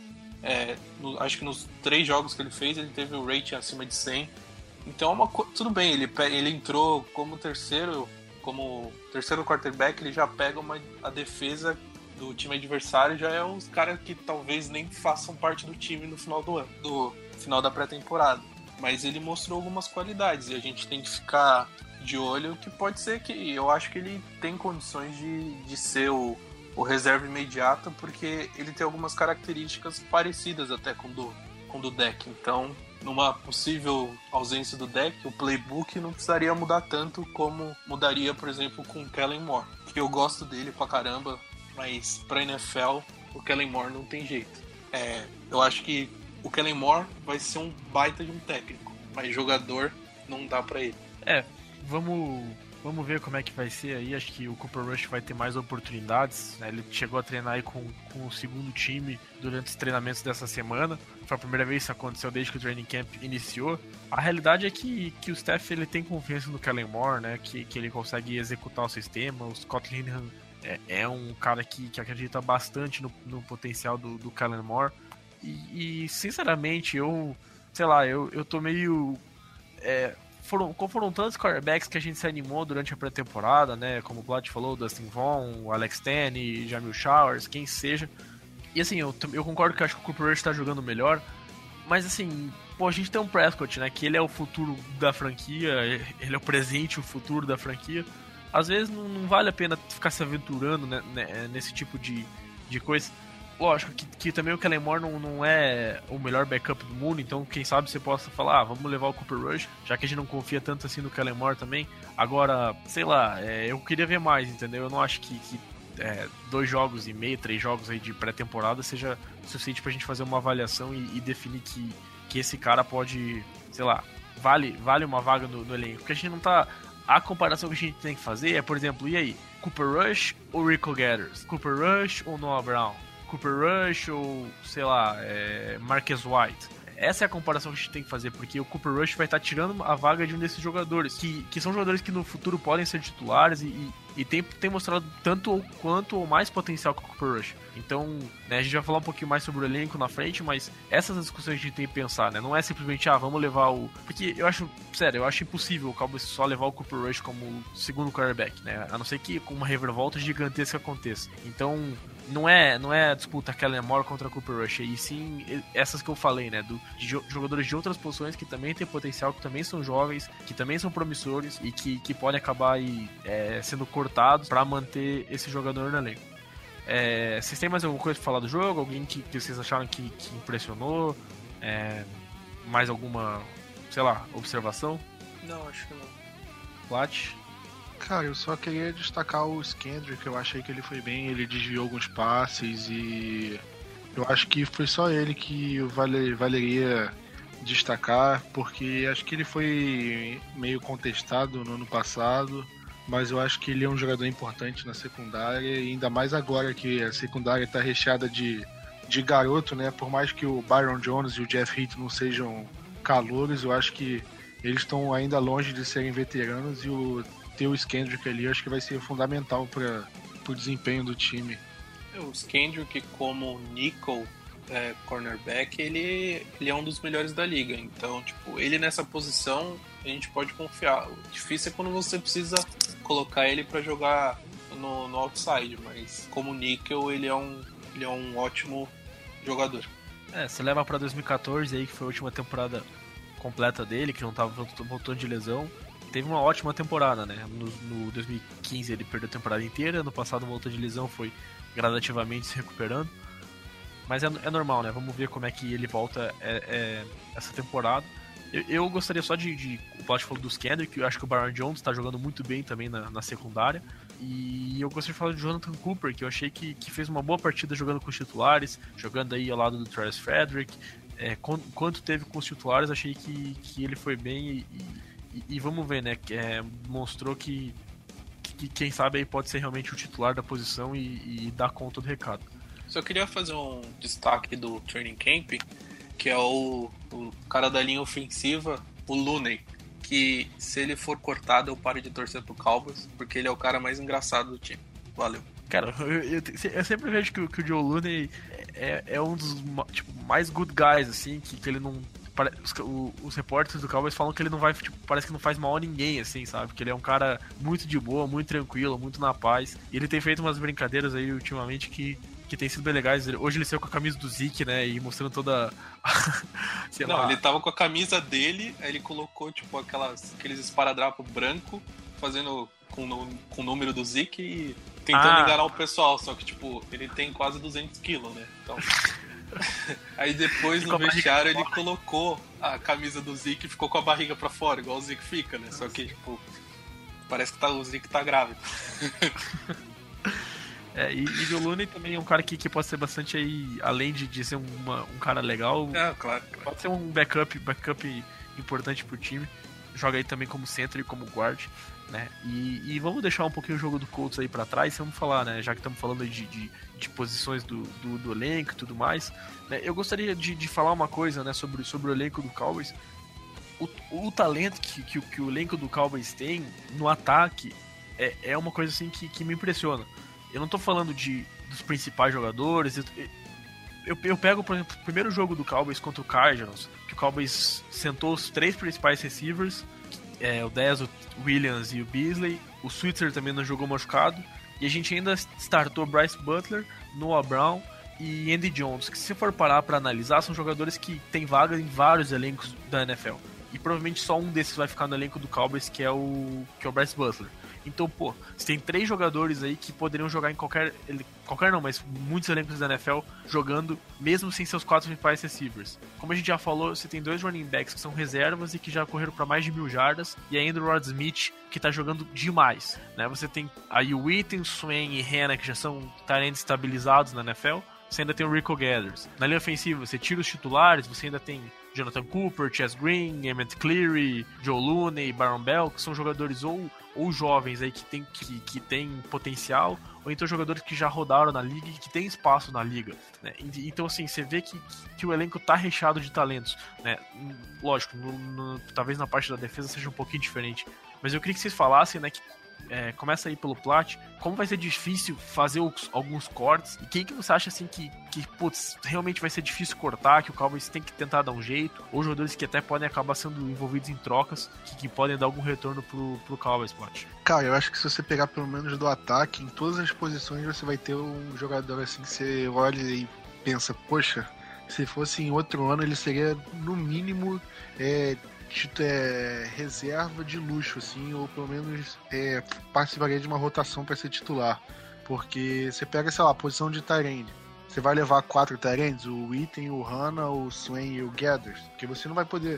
Acho que nos 3 jogos que ele fez, ele teve o rating acima de 100. Então, tudo bem, ele entrou como terceiro quarterback, ele já pega a defesa do time adversário, já é os caras que talvez nem façam parte do time no final do ano, do final da pré-temporada. Mas ele mostrou algumas qualidades e a gente tem que ficar de olho, que pode ser que eu acho que ele tem condições de ser o reserva imediato, porque ele tem algumas características parecidas até com o do Dak. Então, numa possível ausência do Dak, o playbook não precisaria mudar tanto como mudaria, por exemplo, com o Kellen Moore. Porque eu gosto dele pra caramba, mas pra NFL, o Kellen Moore não tem jeito. Eu acho que o Kellen Moore vai ser um baita de um técnico, mas jogador não dá pra ele. Vamos ver como é que vai ser aí. Acho que o Cooper Rush vai ter mais oportunidades, né? Ele chegou a treinar aí com o segundo time durante os treinamentos dessa semana. Foi a primeira vez que isso aconteceu desde que o training camp iniciou. A realidade é que o Steph ele tem confiança no Kellen Moore, né? Que ele consegue executar o sistema. O Scott Linehan é um cara que acredita bastante no potencial do Kellen Moore. E sinceramente, eu tô meio... Foram tantos quarterbacks que a gente se animou durante a pré-temporada, né? Como o Blatt falou, Dustin Vaughn, o Alex Tenney, Jamil Showers, quem seja. E assim, eu concordo que acho que o Cooper Rush está jogando melhor. Mas assim, a gente tem um Prescott, né? Que ele é o futuro da franquia, ele é o presente e o futuro da franquia. Às vezes não vale a pena ficar se aventurando, né, nesse tipo de coisa. Lógico que também o Kellen Moore não é o melhor backup do mundo, então quem sabe você possa falar, vamos levar o Cooper Rush, já que a gente não confia tanto assim no Kellen Moore também. Agora, sei lá, eu queria ver mais, entendeu? Eu não acho que 2 jogos e meio, 3 jogos aí de pré-temporada seja suficiente pra gente fazer uma avaliação e definir que esse cara pode, sei lá, vale uma vaga no elenco. Porque a gente não tá... A comparação que a gente tem que fazer é, por exemplo, e aí? Cooper Rush ou Rico Gathers? Cooper Rush ou Noah Brown? Cooper Rush ou, sei lá, Marquez White? Essa é a comparação que a gente tem que fazer, porque o Cooper Rush vai estar tirando a vaga de um desses jogadores, que são jogadores que no futuro podem ser titulares e tem mostrado tanto quanto ou mais potencial que o Cooper Rush. Então, né, a gente vai falar um pouquinho mais sobre o elenco na frente, mas essas discussões a gente tem que pensar, né? Não é simplesmente, vamos levar o... Porque eu acho impossível o Cowboys só levar o Cooper Rush como segundo quarterback, né? A não ser que com uma reviravolta gigantesca aconteça. Então, não é a disputa Kellen Moore contra Cooper Rush, e sim essas que eu falei, né? De jogadores de outras posições que também têm potencial, que também são jovens, que também são promissores e que podem acabar aí, sendo cortados para manter esse jogador no elenco. Vocês têm mais alguma coisa pra falar do jogo? Alguém que vocês acharam que impressionou? Mais alguma, sei lá, observação? Não, acho que não. Plat? Cara, eu só queria destacar o Skendrick, eu achei que ele foi bem, ele desviou alguns passes e eu acho que foi só ele que valeria destacar, porque acho que ele foi meio contestado no ano passado, mas eu acho que ele é um jogador importante na secundária, e ainda mais agora que a secundária está recheada de garoto, né? Por mais que o Byron Jones e o Jeff Heath não sejam calouros, eu acho que eles estão ainda longe de serem veteranos, e ter o Skendrick ali acho que vai ser fundamental para o desempenho do time. O Skendrick, como nickel cornerback, ele é um dos melhores da liga. Então, tipo, ele nessa posição a gente pode confiar. O difícil é quando você precisa colocar ele para jogar no outside, mas como nickel ele é um ótimo jogador. Você leva pra 2014 aí, que foi a última temporada completa dele, que não tava voltando de lesão. Teve uma ótima temporada, né? No 2015 ele perdeu a temporada inteira, no passado voltou de lesão, foi gradativamente se recuperando. Mas é normal, né? Vamos ver como é que ele volta essa temporada. Eu gostaria só o Plat falou do Skendrick, eu acho que o Byron Jones tá jogando muito bem também na secundária. E eu gostaria de falar do Jonathan Cooper, que eu achei que fez uma boa partida jogando com os titulares, jogando aí ao lado do Travis Frederick. Quanto teve com os titulares, achei que ele foi bem e vamos ver, né? Mostrou que quem sabe aí pode ser realmente o titular da posição e dar conta do recado. Só queria fazer um destaque do training camp, que é o cara da linha ofensiva, o Looney, que se ele for cortado eu paro de torcer pro Cowboys, porque ele é o cara mais engraçado do time. Valeu. Cara, eu sempre vejo que o Joe Looney é um dos mais good guys, assim, que ele não... Os repórteres do Cowboys falam que ele não vai, parece que não faz mal a ninguém, assim, sabe? Que ele é um cara muito de boa, muito tranquilo, muito na paz. E ele tem feito umas brincadeiras aí ultimamente que tem sido bem legais. Hoje ele saiu com a camisa do Zeke, né? E mostrando toda... sei lá. Ele tava com a camisa dele, aí ele colocou, tipo, aqueles esparadrapo branco, fazendo com o número do Zeke e tentando enganar o pessoal. Só que, tipo, ele tem quase 200 quilos, né? Então... Aí depois no vestiário ele colocou a camisa do Zeke e ficou com a barriga pra fora, igual o Zeke fica, né? Só que, tipo, parece que o Zeke tá grávido. E o Looney também é um cara que pode ser bastante aí, além de ser um cara legal, claro. Pode ser um backup importante pro time. Joga aí também como center e como guard, né? E vamos deixar um pouquinho o jogo do Colts aí pra trás, vamos falar, né? Já que estamos falando de posições do elenco e tudo mais, né? Eu gostaria de falar uma coisa, né, sobre o elenco do Cowboys. O talento que o elenco do Cowboys tem no ataque é uma coisa assim que me impressiona. Eu não tô falando dos principais jogadores. Eu pego, por exemplo, o primeiro jogo do Cowboys contra o Cardinals, que o Cowboys sentou os 3 principais receivers, o Dez, o Williams e o Beasley. O Switzer também não jogou machucado. E a gente ainda startou Bryce Butler, Noah Brown e Andy Jones, que se for parar para analisar, são jogadores que têm vagas em vários elencos da NFL. E provavelmente só um desses vai ficar no elenco do Cowboys, que é o Bryce Butler. Então, você tem 3 jogadores aí que poderiam jogar em qualquer não, mas muitos elencos da NFL jogando, mesmo sem seus 4 principais receivers. Como a gente já falou, você tem 2 running backs que são reservas e que já correram para mais de 1.000 jardas, e ainda o Rod Smith, que tá jogando demais, né? Você tem aí o Witten, Swain e Hanna, que já são tight ends estabilizados na NFL. Você ainda tem o Rico Gathers. Na linha ofensiva, você tira os titulares, você ainda tem Jonathan Cooper, Chess Green, Emmett Cleary, Joe Looney, Baron Bell, que são jogadores ou jovens aí que tem potencial, ou então jogadores que já rodaram na liga e que tem espaço na liga, né? Então, assim, você vê que o elenco tá recheado de talentos, né? Lógico, talvez na parte da defesa seja um pouquinho diferente, mas eu queria que vocês falassem, né, que começa aí pelo Plat, como vai ser difícil fazer alguns cortes, e quem que você acha assim que realmente vai ser difícil cortar, que o Cowboys tem que tentar dar um jeito, ou jogadores que até podem acabar sendo envolvidos em trocas, que podem dar algum retorno pro Cowboys, Plat? Cara, eu acho que se você pegar pelo menos do ataque, em todas as posições você vai ter um jogador assim que você olha e pensa, poxa, se fosse em outro ano ele seria no mínimo reserva de luxo, assim, ou pelo menos participaria de uma rotação para ser titular. Porque você pega, sei lá, a posição de tight end. Você vai levar 4 tight ends, o Witten, o Hanna, o Swain e o Gathers. Porque você não vai poder...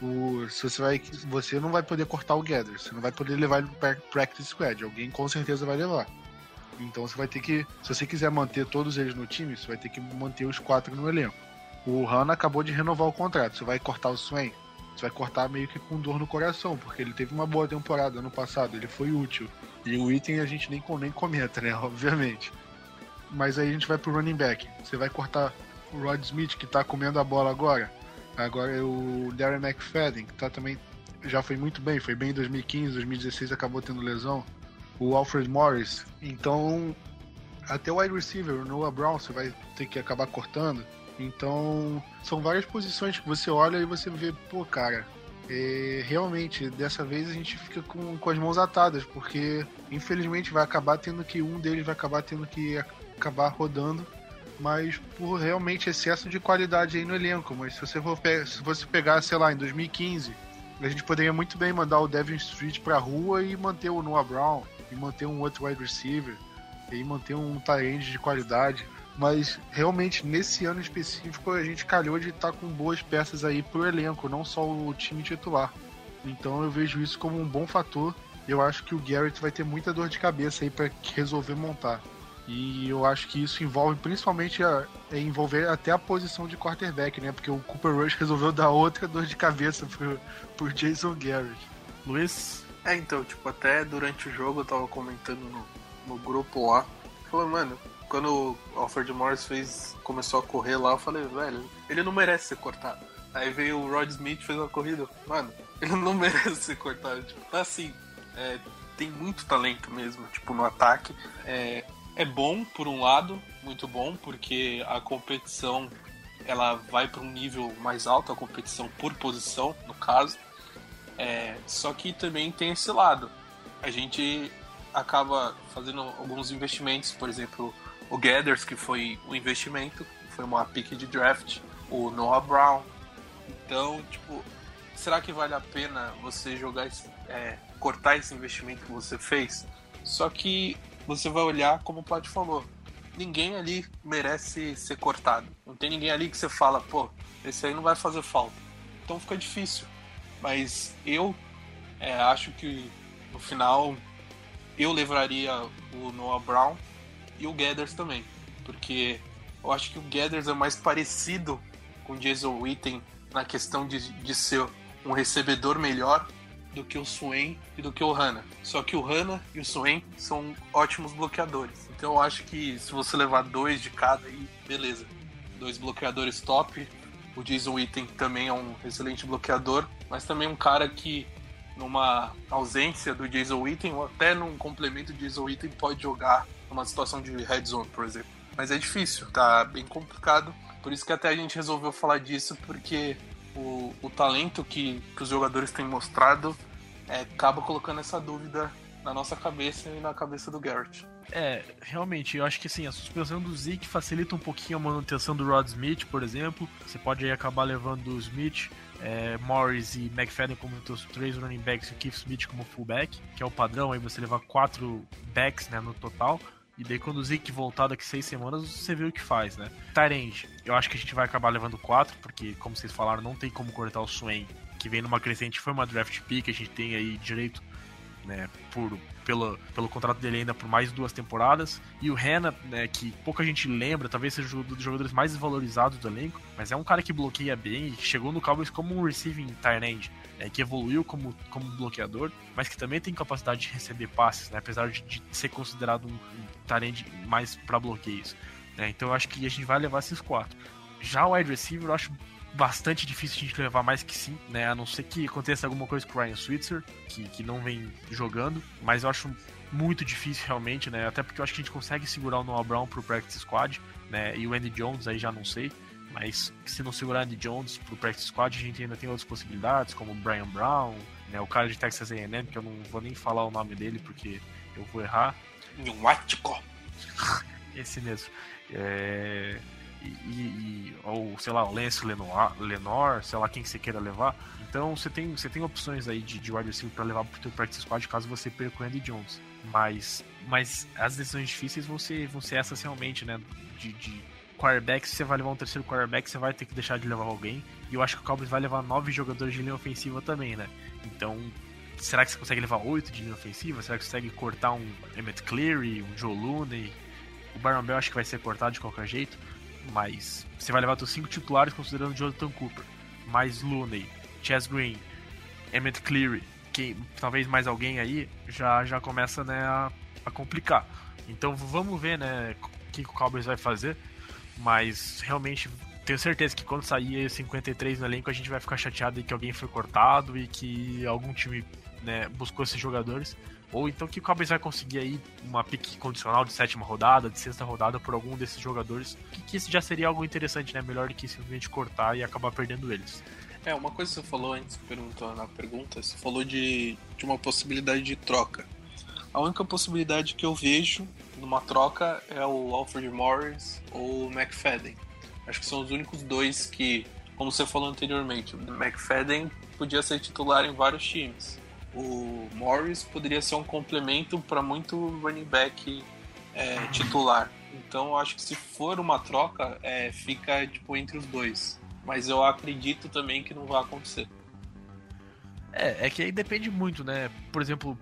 Você não vai poder cortar o Gathers. Você não vai poder levar ele pro practice squad. Alguém com certeza vai levar. Então você vai ter que... Se você quiser manter todos eles no time, você vai ter que manter os 4 no elenco. O Hanna acabou de renovar o contrato. Você vai cortar o Swain? Você vai cortar meio que com dor no coração, porque ele teve uma boa temporada ano passado, ele foi útil. E o item a gente nem comenta, né? Obviamente. Mas aí a gente vai pro running back. Você vai cortar o Rod Smith, que tá comendo a bola agora. Agora é o Darren McFadden, que tá também... Já foi muito bem, foi bem em 2015, 2016 acabou tendo lesão. O Alfred Morris. Então, até o wide receiver, o Noah Brown, você vai ter que acabar cortando. Então, são várias posições que você olha e você vê, pô, cara, realmente, dessa vez a gente fica com as mãos atadas, porque infelizmente vai acabar tendo que um deles vai acabar tendo que acabar rodando, mas por realmente excesso de qualidade aí no elenco. Mas se você pegar, sei lá, em 2015, a gente poderia muito bem mandar o Devin Street pra rua e manter o Noah Brown, e manter um outro wide receiver, e manter um tight end de qualidade. Mas realmente nesse ano específico a gente calhou de estar com boas peças aí pro elenco, não só o time titular. Então eu vejo isso como um bom fator. Eu acho que o Garrett vai ter muita dor de cabeça aí para resolver montar. E eu acho que isso envolve principalmente envolver até a posição de quarterback, né? Porque o Cooper Rush resolveu dar outra dor de cabeça por Jason Garrett. Luiz? Então, tipo, até durante o jogo eu tava comentando no grupo lá. Falei, mano, quando o Alfred Morris começou a correr lá, eu falei, velho, ele não merece ser cortado. Aí veio o Rod Smith e fez uma corrida. Mano, ele não merece ser cortado. Tipo, tá assim, tem muito talento mesmo, tipo, no ataque. É bom, por um lado, muito bom, porque a competição, ela vai para um nível mais alto, a competição por posição, no caso. Só que também tem esse lado. A gente acaba fazendo alguns investimentos, por exemplo, o Gathers, que foi um investimento, foi uma pick de draft, o Noah Brown. Então, tipo, será que vale a pena você cortar esse investimento que você fez? Só que você vai olhar, como o Plat falou, ninguém ali merece ser cortado. Não tem ninguém ali que você fala, pô, esse aí não vai fazer falta. Então fica difícil. Mas eu acho que no final eu levaria o Noah Brown e o Gathers também, porque eu acho que o Gathers é mais parecido com o Jason Witten na questão de ser um recebedor melhor do que o Swain e do que o Hanna. Só que o Hanna e o Swain são ótimos bloqueadores. Então eu acho que se você levar 2 de cada, aí beleza. 2 bloqueadores top. O Jason Witten também é um excelente bloqueador, mas também um cara que, numa ausência do Jason Witten, ou até num complemento do Jason Witten, pode jogar numa situação de red zone, por exemplo. Mas é difícil, tá bem complicado. Por isso que até a gente resolveu falar disso, porque o talento que os jogadores têm mostrado acaba colocando essa dúvida na nossa cabeça e na cabeça do Garrett. Realmente, eu acho que assim, a suspensão do Zeke facilita um pouquinho a manutenção do Rod Smith, por exemplo. Você pode aí acabar levando o Smith, Morris e McFadden como os 3 running backs e o Keith Smith como fullback, que é o padrão, aí você levar 4 backs, né, no total. E daí quando o Zeke voltar daqui 6 semanas, você vê o que faz, né? Tight end, eu acho que a gente vai acabar levando 4, porque como vocês falaram, não tem como cortar o Swain, que vem numa crescente, foi uma draft pick, a gente tem aí direito, né, pelo contrato dele ainda por mais 2 temporadas. E o Hanna, né, que pouca gente lembra, talvez seja um dos jogadores mais desvalorizados do elenco, mas é um cara que bloqueia bem e chegou no Cowboys como um receiving tight end, que evoluiu como bloqueador, mas que também tem capacidade de receber passes, né, apesar de ser considerado um tight end mais para bloqueios, né. Então eu acho que a gente vai levar esses 4. Já o wide receiver eu acho bastante difícil a gente levar mais que 5, né? A não ser que aconteça alguma coisa com o Ryan Switzer, que não vem jogando, mas eu acho muito difícil realmente, né? Até porque eu acho que a gente consegue segurar o Noah Brown pro practice squad, né? E o Andy Jones aí já não sei, mas se não segurar o Andy Jones pro practice squad, a gente ainda tem outras possibilidades, como o Brian Brown, né? O cara de Texas A&M, que eu não vou nem falar o nome dele porque eu vou errar. Nwatiko. Esse mesmo. ou sei lá, o Lance Lenore, sei lá quem que você queira levar. Então você tem opções aí de wide receiver pra levar pro teu practice squad caso você perca o Andy Jones. Mas as decisões difíceis vão ser essas realmente, né? De quarterback, se você vai levar um terceiro quarterback, você vai ter que deixar de levar alguém. E eu acho que o Cowboys vai levar 9 jogadores de linha ofensiva também, né? Então, será que você consegue levar 8 de linha ofensiva? Será que você consegue cortar um Emmett Cleary, um Joe Looney? O Byron Bell acho que vai ser cortado de qualquer jeito. Mas você vai levar os 5 titulares considerando o Jonathan Cooper, mais Looney, Chaz Green, Emmett Cleary, que talvez mais alguém aí, já começa, né, a complicar. Então vamos ver, né, o que o Cowboys vai fazer. Mas realmente tenho certeza que quando sair 53 no elenco a gente vai ficar chateado de que alguém foi cortado e que algum time, né, buscou esses jogadores. Ou então que o Cowboys vai conseguir aí uma pique condicional de 7ª rodada, de 6ª rodada por algum desses jogadores. Que isso já seria algo interessante, né? Melhor do que simplesmente cortar e acabar perdendo eles. Uma coisa que você falou antes, perguntando na pergunta, você falou de uma possibilidade de troca. A única possibilidade que eu vejo numa troca é o Alfred Morris ou o McFadden. Acho que são os únicos dois que, como você falou anteriormente, o McFadden podia ser titular em vários times. O Morris poderia ser um complemento para muito running back titular. Então eu acho que se for uma troca, fica tipo entre os dois. Mas eu acredito também que não vai acontecer. É que aí depende muito, né? Por exemplo,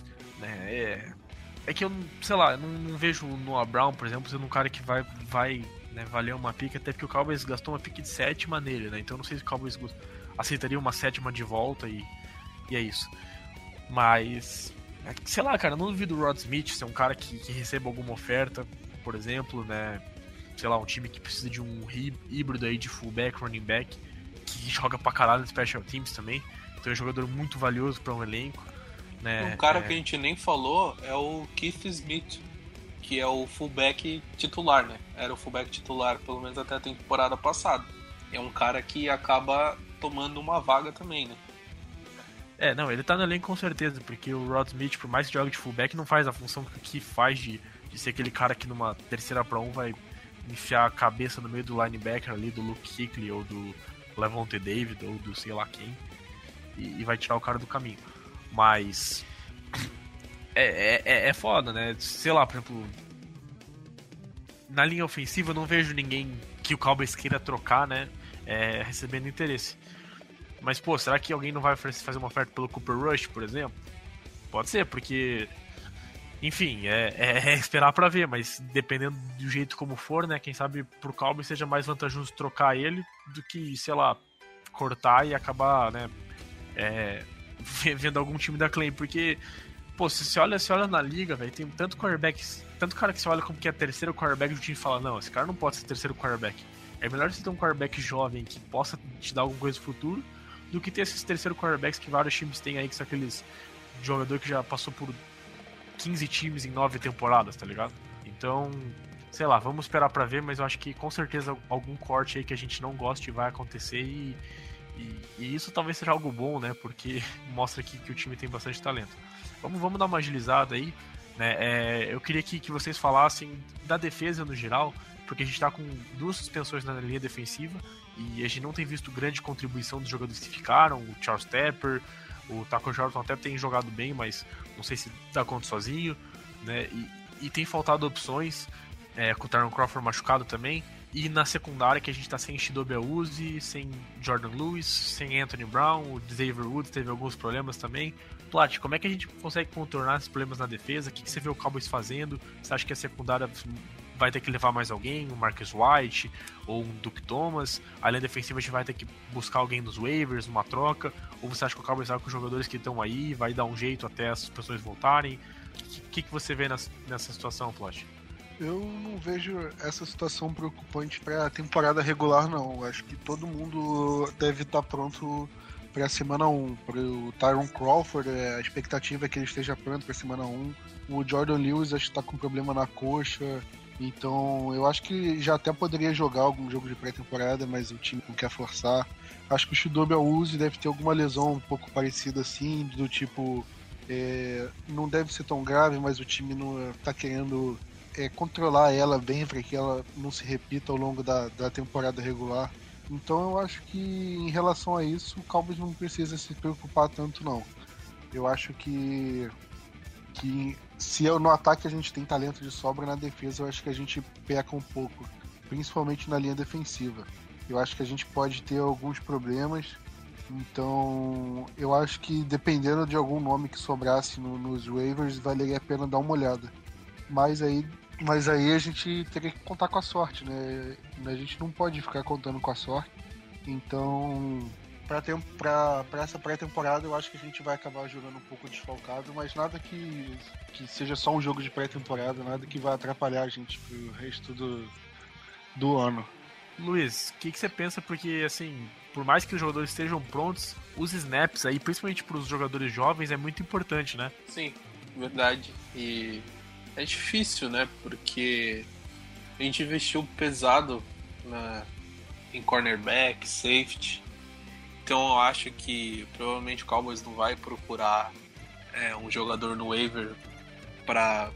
né, é que eu, sei lá, eu não vejo o Noah Brown, por exemplo, sendo um cara que vai né, valer uma pique, até porque o Cowboys gastou uma pique de 7ª nele, né? Então eu não sei se o Cowboys aceitaria uma 7ª de volta e é isso. Mas, sei lá, cara, eu não duvido o Rod Smith ser um cara que receba alguma oferta, por exemplo, né? Sei lá, um time que precisa de um híbrido aí de fullback, running back, que joga pra caralho no special teams também. Então é um jogador muito valioso pra um elenco, né? Um cara que a gente nem falou é o Keith Smith, que é o fullback titular, né? Era o fullback titular, pelo menos até a temporada passada. É um cara que acaba tomando uma vaga também, né? Não, ele tá no elenco com certeza, porque o Rod Smith, por mais que jogue de fullback, não faz a função que faz de ser aquele cara que numa 3ª-1 vai enfiar a cabeça no meio do linebacker ali, do Luke Kuechly, ou do Levante David, ou do sei lá quem, e vai tirar o cara do caminho. Mas é foda, né? Sei lá, por exemplo, na linha ofensiva eu não vejo ninguém que o Cowboys queira trocar, né? Recebendo interesse. Mas, será que alguém não vai fazer uma oferta pelo Cooper Rush, por exemplo? Pode ser, porque... Enfim, é esperar pra ver, mas dependendo do jeito como for, né? Quem sabe pro Cowboys seja mais vantajoso trocar ele do que, sei lá, cortar e acabar, né? Vendo algum time da Clay. Porque, se você olha na liga, velho, tem tanto quarterbacks, tanto cara que você olha como que é terceiro quarterback do time e fala, não, esse cara não pode ser terceiro quarterback. É melhor você ter um quarterback jovem que possa te dar alguma coisa no futuro do que ter esses terceiros quarterbacks que vários times têm aí, que são aqueles jogadores que já passou por 15 times em 9 temporadas, tá ligado? Então, sei lá, vamos esperar pra ver, mas eu acho que com certeza algum corte aí que a gente não goste vai acontecer e isso talvez seja algo bom, né? Porque mostra que o time tem bastante talento. Vamos dar uma agilizada aí, né? Eu queria que vocês falassem da defesa no geral, porque a gente tá com 2 suspensões na linha defensiva e a gente não tem visto grande contribuição dos jogadores que ficaram. O Charles Tepper, o Taco Jordan até tem jogado bem, mas não sei se dá conta sozinho, né? E tem faltado opções, com o Tyron Crawford machucado também. E na secundária que a gente tá sem Chidobe Awuzie, sem Jordan Lewis, sem Anthony Brown, o Xavier Woods teve alguns problemas também. Plat, como é que a gente consegue contornar esses problemas na defesa? O que você vê o Cowboys fazendo? Você acha que a secundária vai ter que levar mais alguém, um Marcus White ou um Duke Thomas? A linha defensiva a gente vai ter que buscar alguém nos waivers, uma troca? Ou você acha que o Cowboys vai com os jogadores que estão aí, vai dar um jeito até as pessoas voltarem? O que você vê nessa situação, Plat? Eu não vejo essa situação preocupante para a temporada regular, não. Acho que todo mundo deve estar pronto para a semana 1. Para o Tyron Crawford, a expectativa é que ele esteja pronto para a semana 1. O Jordan Lewis acho que está com problema na coxa. Então, eu acho que já até poderia jogar algum jogo de pré-temporada, mas o time não quer forçar. Acho que o Chidobe Awuzie deve ter alguma lesão um pouco parecida assim, do tipo... não deve ser tão grave, mas o time não está querendo controlar ela bem para que ela não se repita ao longo da temporada regular. Então eu acho que em relação a isso, o Cowboys não precisa se preocupar tanto não. Eu acho que se no ataque a gente tem talento de sobra, na defesa eu acho que a gente peca um pouco, principalmente na linha defensiva. Eu acho que a gente pode ter alguns problemas, então eu acho que dependendo de algum nome que sobrasse nos waivers, valeria a pena dar uma olhada. Mas aí a gente teria que contar com a sorte, né? A gente não pode ficar contando com a sorte. Então, para essa pré-temporada, eu acho que a gente vai acabar jogando um pouco desfalcado, mas nada que seja só um jogo de pré-temporada, nada que vai atrapalhar a gente pro resto do ano. Luiz, o que você pensa? Porque, assim, por mais que os jogadores estejam prontos, os snaps aí, principalmente para os jogadores jovens, é muito importante, né? Sim, verdade. E é difícil, né? Porque a gente investiu pesado em cornerback, safety. Então eu acho que provavelmente o Cowboys não vai procurar um jogador no waiver para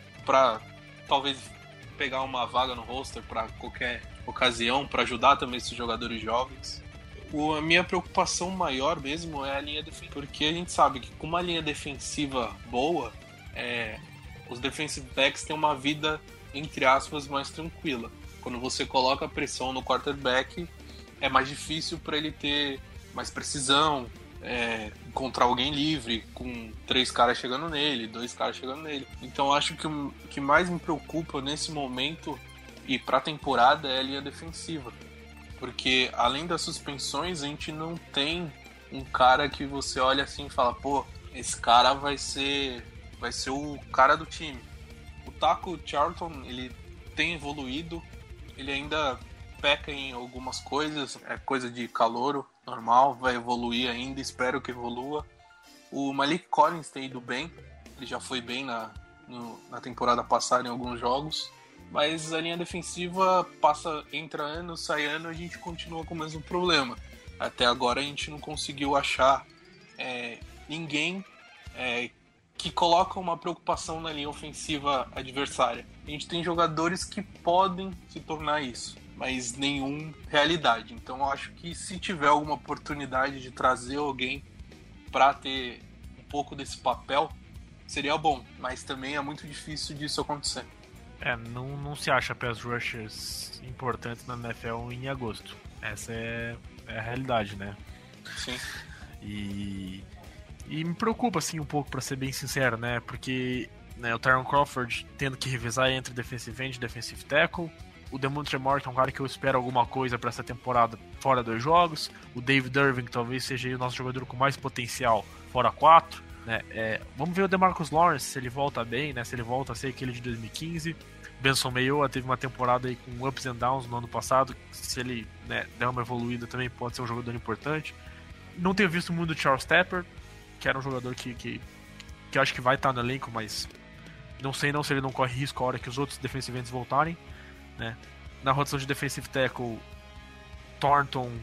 talvez pegar uma vaga no roster para qualquer ocasião, para ajudar também esses jogadores jovens. A minha preocupação maior mesmo é a linha defensiva, porque a gente sabe que com uma linha defensiva boa, os defensive backs têm uma vida, entre aspas, mais tranquila. Quando você coloca a pressão no quarterback, é mais difícil para ele ter mais precisão, encontrar alguém livre, com 3 caras chegando nele, 2 caras chegando nele. Então acho que o que mais me preocupa nesse momento e para a temporada é a linha defensiva. Porque além das suspensões, a gente não tem um cara que você olha assim e fala, pô, esse cara vai ser o cara do time. O Taco Charlton, ele tem evoluído, ele ainda peca em algumas coisas, é coisa de calouro, normal, vai evoluir ainda, espero que evolua. O Malik Collins tem ido bem, ele já foi bem na temporada passada em alguns jogos, mas a linha defensiva entra ano, sai ano, a gente continua com o mesmo problema. Até agora a gente não conseguiu achar ninguém que coloca uma preocupação na linha ofensiva adversária. A gente tem jogadores que podem se tornar isso, mas nenhum realidade. Então eu acho que se tiver alguma oportunidade de trazer alguém para ter um pouco desse papel, seria bom, mas também é muito difícil disso acontecer. Não se acha pass rushers importantes na NFL em agosto. Essa é a realidade, né? Sim. E me preocupa, assim, um pouco, pra ser bem sincero, né? Porque o Tyron Crawford tendo que revezar entre defensive end e defensive tackle. O Demontre Moore, que é um cara que eu espero alguma coisa pra essa temporada fora 2 jogos. O David Irving, que talvez seja o nosso jogador com mais potencial fora 4. Né? Vamos ver o DeMarcus Lawrence, se ele volta bem, né? Se ele volta a ser aquele de 2015. Benson Mayowa teve uma temporada aí com ups and downs no ano passado. Se ele der uma evoluída também pode ser um jogador importante. Não tenho visto muito do Charles Tepper, que era um jogador que eu acho que vai estar no elenco, mas não sei se ele não corre risco a hora que os outros defensive ends voltarem, né? Na rotação de defensive tackle, Thornton,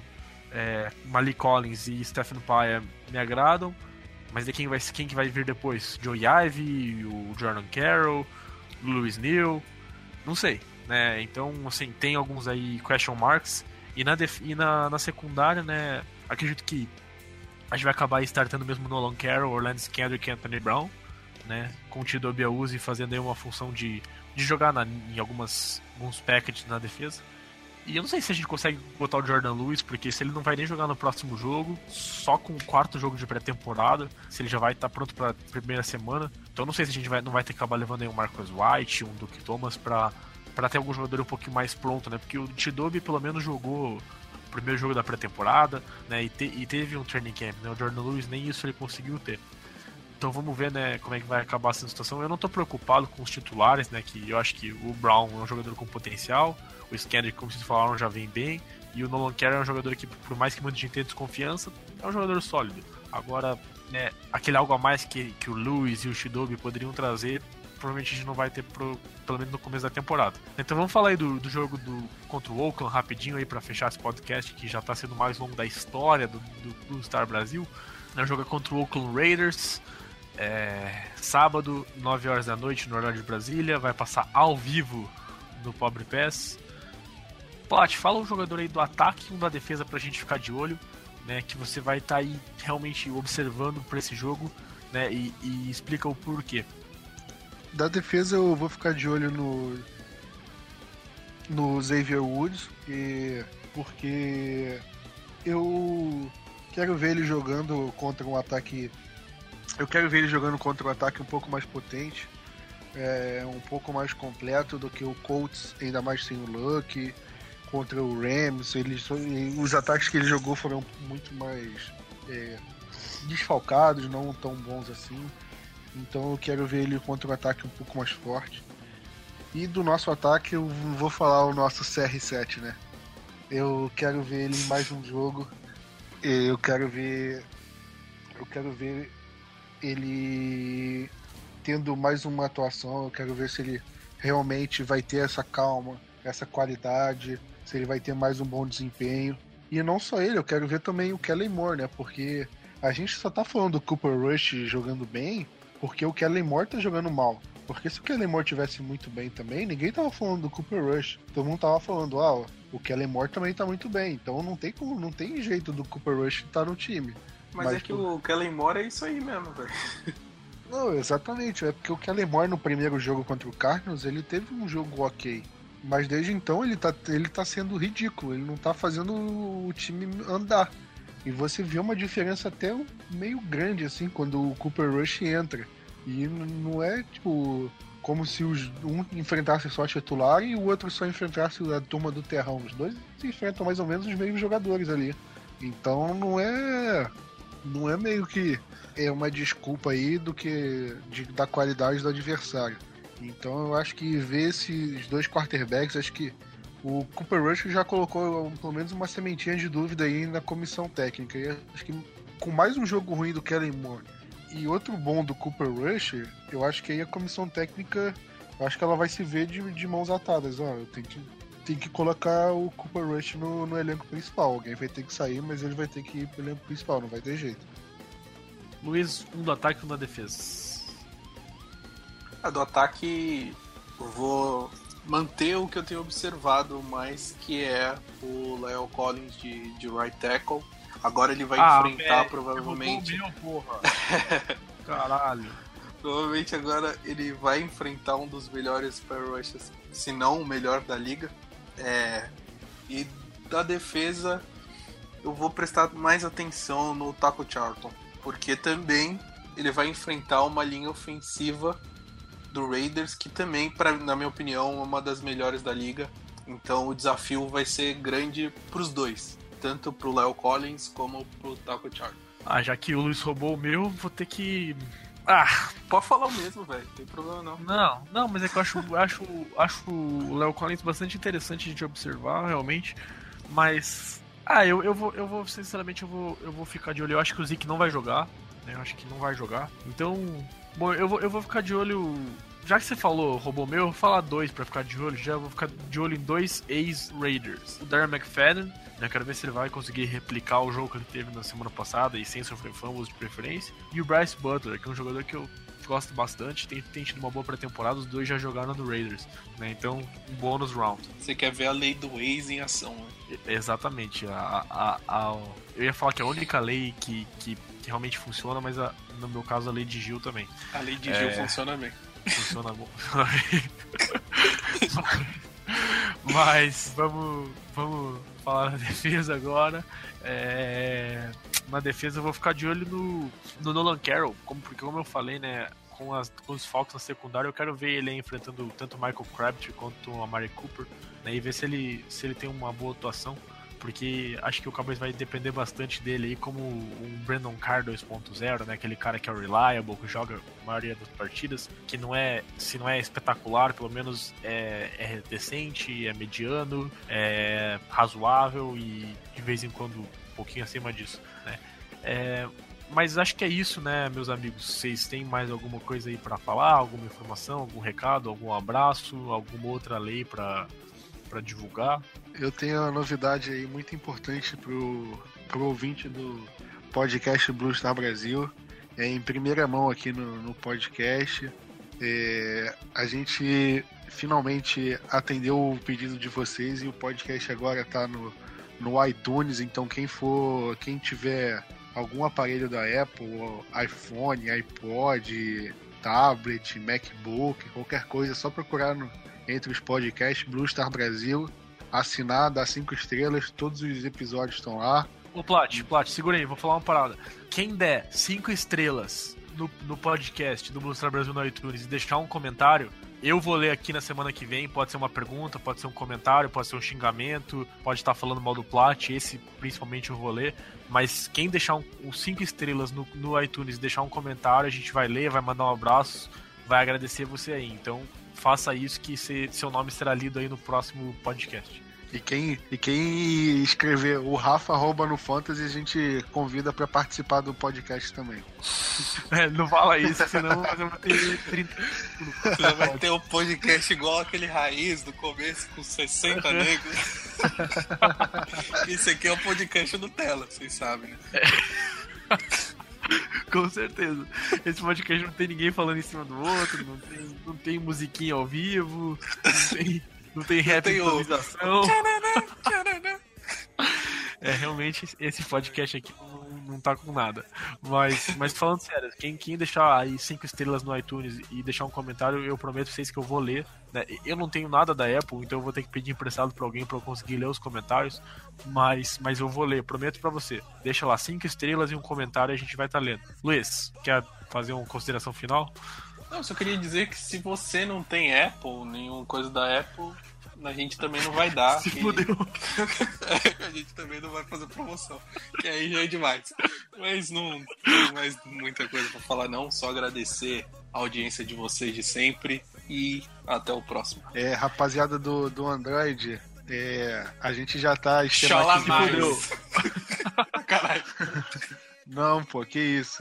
Malik Collins e Stephen Paia me agradam, mas de quem que vai vir depois? Joey Ivey, o Jordan Carroll, o Louis Neal, não sei, né? Então, assim, tem alguns aí question marks, e na secundária, né, acredito que a gente vai acabar startando mesmo Nolan Carroll, Orlando Scandrick e Anthony Brown, né? Com o Chido Obiauzi fazendo aí uma função de jogar em alguns packages na defesa. E eu não sei se a gente consegue botar o Jordan Lewis, porque se ele não vai nem jogar no próximo jogo, só com o 4º jogo de pré-temporada, se ele já vai estar pronto para a primeira semana. Então eu não sei se a gente não vai ter que acabar levando aí um Marcus White, um Duke Thomas para ter algum jogador um pouquinho mais pronto, né? Porque o Chidobe pelo menos jogou o primeiro jogo da pré-temporada, né? E teve um training camp, né? O Jordan Lewis nem isso ele conseguiu ter. Então vamos ver, né, como é que vai acabar essa situação. Eu não tô preocupado com os titulares, né? Que eu acho que o Brown é um jogador com potencial, o Scandrick, como vocês falaram, já vem bem, e o Nolan Carroll é um jogador que, por mais que muita gente tenha desconfiança, é um jogador sólido. Agora, né, aquele algo a mais que o Lewis e o Chidobe poderiam trazer, provavelmente a gente não vai ter pelo menos no começo da temporada. Então vamos falar aí do jogo contra o Oakland rapidinho aí para fechar esse podcast, que já tá sendo o mais longo da história do Star Brasil. O jogo é contra o Oakland Raiders. Sábado, 9 horas da noite, no horário de Brasília. Vai passar ao vivo no Pobre Pass. Plat, fala um jogador aí do ataque e um da defesa pra gente ficar de olho, né? Que você vai estar aí realmente observando pra esse jogo, né? E explica o porquê. Da defesa eu vou ficar de olho no Xavier Woods, porque eu quero ver ele jogando contra um ataque. Eu quero ver ele jogando contra um ataque um pouco mais potente, um pouco mais completo do que o Colts, ainda mais sem o Luck, contra o Rams. Os ataques que ele jogou foram muito mais desfalcados, não tão bons assim. Então eu quero ver ele contra um ataque um pouco mais forte. E do nosso ataque eu vou falar o nosso CR7, né? Eu quero ver ele em mais um jogo. Eu quero ver ele tendo mais uma atuação. Eu quero ver se ele realmente vai ter essa calma, essa qualidade, se ele vai ter mais um bom desempenho. E não só ele, eu quero ver também o Kellen Moore, né? Porque a gente só tá falando do Cooper Rush jogando bem porque o Kellen Moore tá jogando mal. Porque se o Kellen Moore tivesse muito bem também, ninguém tava falando do Cooper Rush. Todo mundo tava falando, o Kellen Moore também tá muito bem. Então não tem jeito do Cooper Rush estar no time. Mas é que o Kellen Moore é isso aí mesmo, velho. Não, exatamente. É porque o Kellen Moore no primeiro jogo contra o Cardinals, ele teve um jogo ok. Mas desde então ele tá sendo ridículo. Ele não tá fazendo o time andar. E você vê uma diferença até meio grande, assim, quando o Cooper Rush entra. E não é, tipo, como se um enfrentasse só titular e o outro só enfrentasse a turma do terrão. Os dois enfrentam mais ou menos os mesmos jogadores ali. Então não é meio que uma desculpa aí da qualidade do adversário. Então eu acho que ver esses dois quarterbacks, acho que o Cooper Rush já colocou pelo menos uma sementinha de dúvida aí na comissão técnica. E acho que com mais um jogo ruim do Kellen Moore e outro bom do Cooper Rush, eu acho que aí a comissão técnica, eu acho que ela vai se ver de mãos atadas. Eu tenho que colocar o Cooper Rush no elenco principal. Alguém vai ter que sair, mas ele vai ter que ir pro elenco principal, não vai ter jeito. Luiz, um do ataque e um da defesa. Do ataque eu vou manter o que eu tenho observado mais, que é o La'el Collins de right tackle. Agora ele vai enfrentar provavelmente. Porra. Caralho. Provavelmente agora ele vai enfrentar um dos melhores pass rushers, se não o melhor da liga. E da defesa eu vou prestar mais atenção no Taco Charlton, porque também ele vai enfrentar uma linha ofensiva do Raiders, que também, na minha opinião, é uma das melhores da liga. Então o desafio vai ser grande pros dois, tanto pro La'el Collins como pro Taco Charlton. Já que o Luiz roubou o meu, vou ter que... Pode falar o mesmo, velho, não tem problema não. Não, mas é que eu acho o La'el Collins bastante interessante de observar, realmente. Mas... eu vou, sinceramente, eu vou ficar de olho. Eu acho que o Zeke não vai jogar, né? Eu acho que não vai jogar. Então, bom, eu vou ficar de olho... Já que você roubou meu, eu vou falar dois pra ficar de olho. Já vou ficar de olho em dois ex-Raiders. O Darren McFadden, né? Quero ver se ele vai conseguir replicar o jogo que ele teve na semana passada e sem sofrer fumbles de preferência. E o Bryce Butler, que é um jogador que eu gosto bastante, tem tido uma boa pré-temporada. Os dois já jogaram no Raiders, né? Então, um bônus round. Você quer ver a lei do ex em ação, né? Exatamente. Eu ia falar que a única lei que realmente funciona, mas no meu caso a lei de Gil também. A lei de Gil funciona bem. Funciona bom. Mas vamos falar da defesa agora. Na defesa eu vou ficar de olho no Nolan Carroll, porque como eu falei, né, com os Falcons na secundária, eu quero ver ele enfrentando tanto o Michael Crabtree quanto o Amari Cooper, né, e ver se ele tem uma boa atuação. Porque acho que o Cowboys vai depender bastante dele aí, como um Brandon Carr 2.0, né? Aquele cara que é reliable, que joga a maioria das partidas, que se não é espetacular, pelo menos é decente, é mediano, é razoável e de vez em quando um pouquinho acima disso, né? Mas acho que é isso, né, meus amigos? Vocês têm mais alguma coisa aí pra falar? Alguma informação, algum recado, algum abraço, alguma outra lei pra divulgar? Eu tenho uma novidade aí muito importante pro ouvinte do podcast Blue Star Brasil. em primeira mão aqui no podcast. A gente finalmente atendeu o pedido de vocês e o podcast agora está no iTunes, então quem tiver algum aparelho da Apple, iPhone, iPod, tablet, MacBook, qualquer coisa, é só procurar entre os podcasts Blue Star Brasil, assinar, dar 5 estrelas, todos os episódios estão lá. Ô Plat, segura aí, vou falar uma parada. Quem der 5 estrelas no podcast do Blue Star Brasil no iTunes e deixar um comentário, eu vou ler aqui na semana que vem. Pode ser uma pergunta, pode ser um comentário, pode ser um xingamento, pode estar falando mal do Plat, esse principalmente eu vou ler. Mas quem deixar uns 5 estrelas no iTunes e deixar um comentário, a gente vai ler, vai mandar um abraço, vai agradecer você aí. Então faça isso que seu nome será lido aí no próximo podcast. E quem escrever o Rafa arroba no Fantasy, a gente convida pra participar do podcast também. Não fala isso, senão eu vou ter 30. Você vai ter um podcast igual aquele raiz do começo, com 60 negros. Isso aqui é um podcast Nutella, vocês sabem, né? Com certeza. Esse podcast não tem ninguém falando em cima do outro, não tem musiquinha ao vivo, não tem rap de improvisação. Realmente esse podcast aqui não tá com nada. Mas falando sério, quem deixar aí 5 estrelas no iTunes e deixar um comentário, eu prometo pra vocês que eu vou ler, né? Eu não tenho nada da Apple, então eu vou ter que pedir emprestado pra alguém pra eu conseguir ler os comentários, mas eu vou ler, prometo pra você. Deixa lá 5 estrelas e um comentário e a gente vai estar lendo. Luiz, quer fazer uma consideração final? Não, só queria dizer que se você não tem Apple, nenhuma coisa da Apple, a gente também não vai dar. Se fudeu. A gente também não vai fazer promoção, que aí já é demais. Mas não tem mais muita coisa pra falar não, só agradecer a audiência de vocês de sempre e até o próximo. Rapaziada do Android, a gente já tá Chola mais. Caralho. Não, pô, que isso.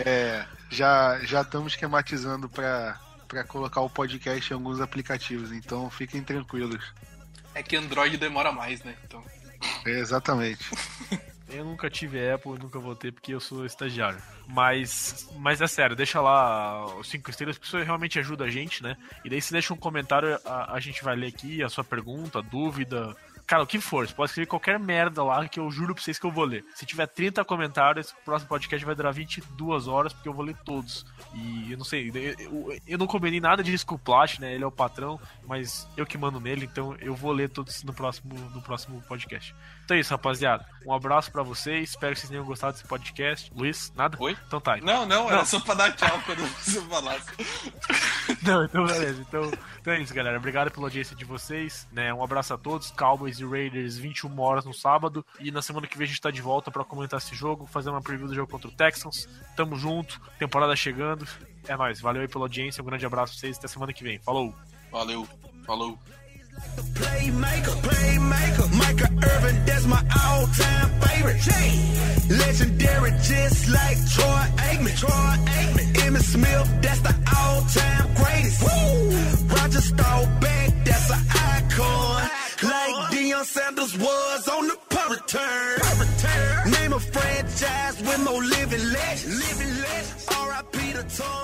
Já estamos esquematizando pra colocar o podcast em alguns aplicativos, então fiquem tranquilos. É que Android demora mais, né? Então... Exatamente. Eu nunca tive Apple, nunca vou ter porque eu sou estagiário. Mas é sério, deixa lá os 5 estrelas, porque isso realmente ajuda a gente, né? E daí se deixa um comentário, a gente vai ler aqui a sua pergunta, a dúvida. Cara, o que for, você pode escrever qualquer merda lá que eu juro pra vocês que eu vou ler. Se tiver 30 comentários, o próximo podcast vai durar 22 horas, porque eu vou ler todos. E eu não sei, eu não combinei nada disso com o Plat, né? Ele é o patrão, mas eu que mando nele, então eu vou ler todos no próximo podcast. Então é isso, rapaziada. Um abraço pra vocês, espero que vocês tenham gostado desse podcast. Luiz, nada? Oi? Então tá. Não, era só pra dar tchau quando você falasse. Não, então beleza. Então é isso, galera. Obrigado pela audiência de vocês, né? Um abraço a todos. Cowboys e Raiders, 21 horas no sábado. E na semana que vem a gente tá de volta pra comentar esse jogo, fazer uma preview do jogo contra o Texans. Tamo junto, temporada chegando. É nóis, valeu aí pela audiência. Um grande abraço pra vocês, até semana que vem. Falou! Valeu, falou! Playmaker, Micah Irvin, that's my all-time favorite. Legendary, just like Troy Aikman. Emmitt Smith, that's the all-time greatest. Roger Staubach, that's an icon. Like Deion Sanders was on the punt return. Name a franchise with more living legends. R.I.P. the Tom.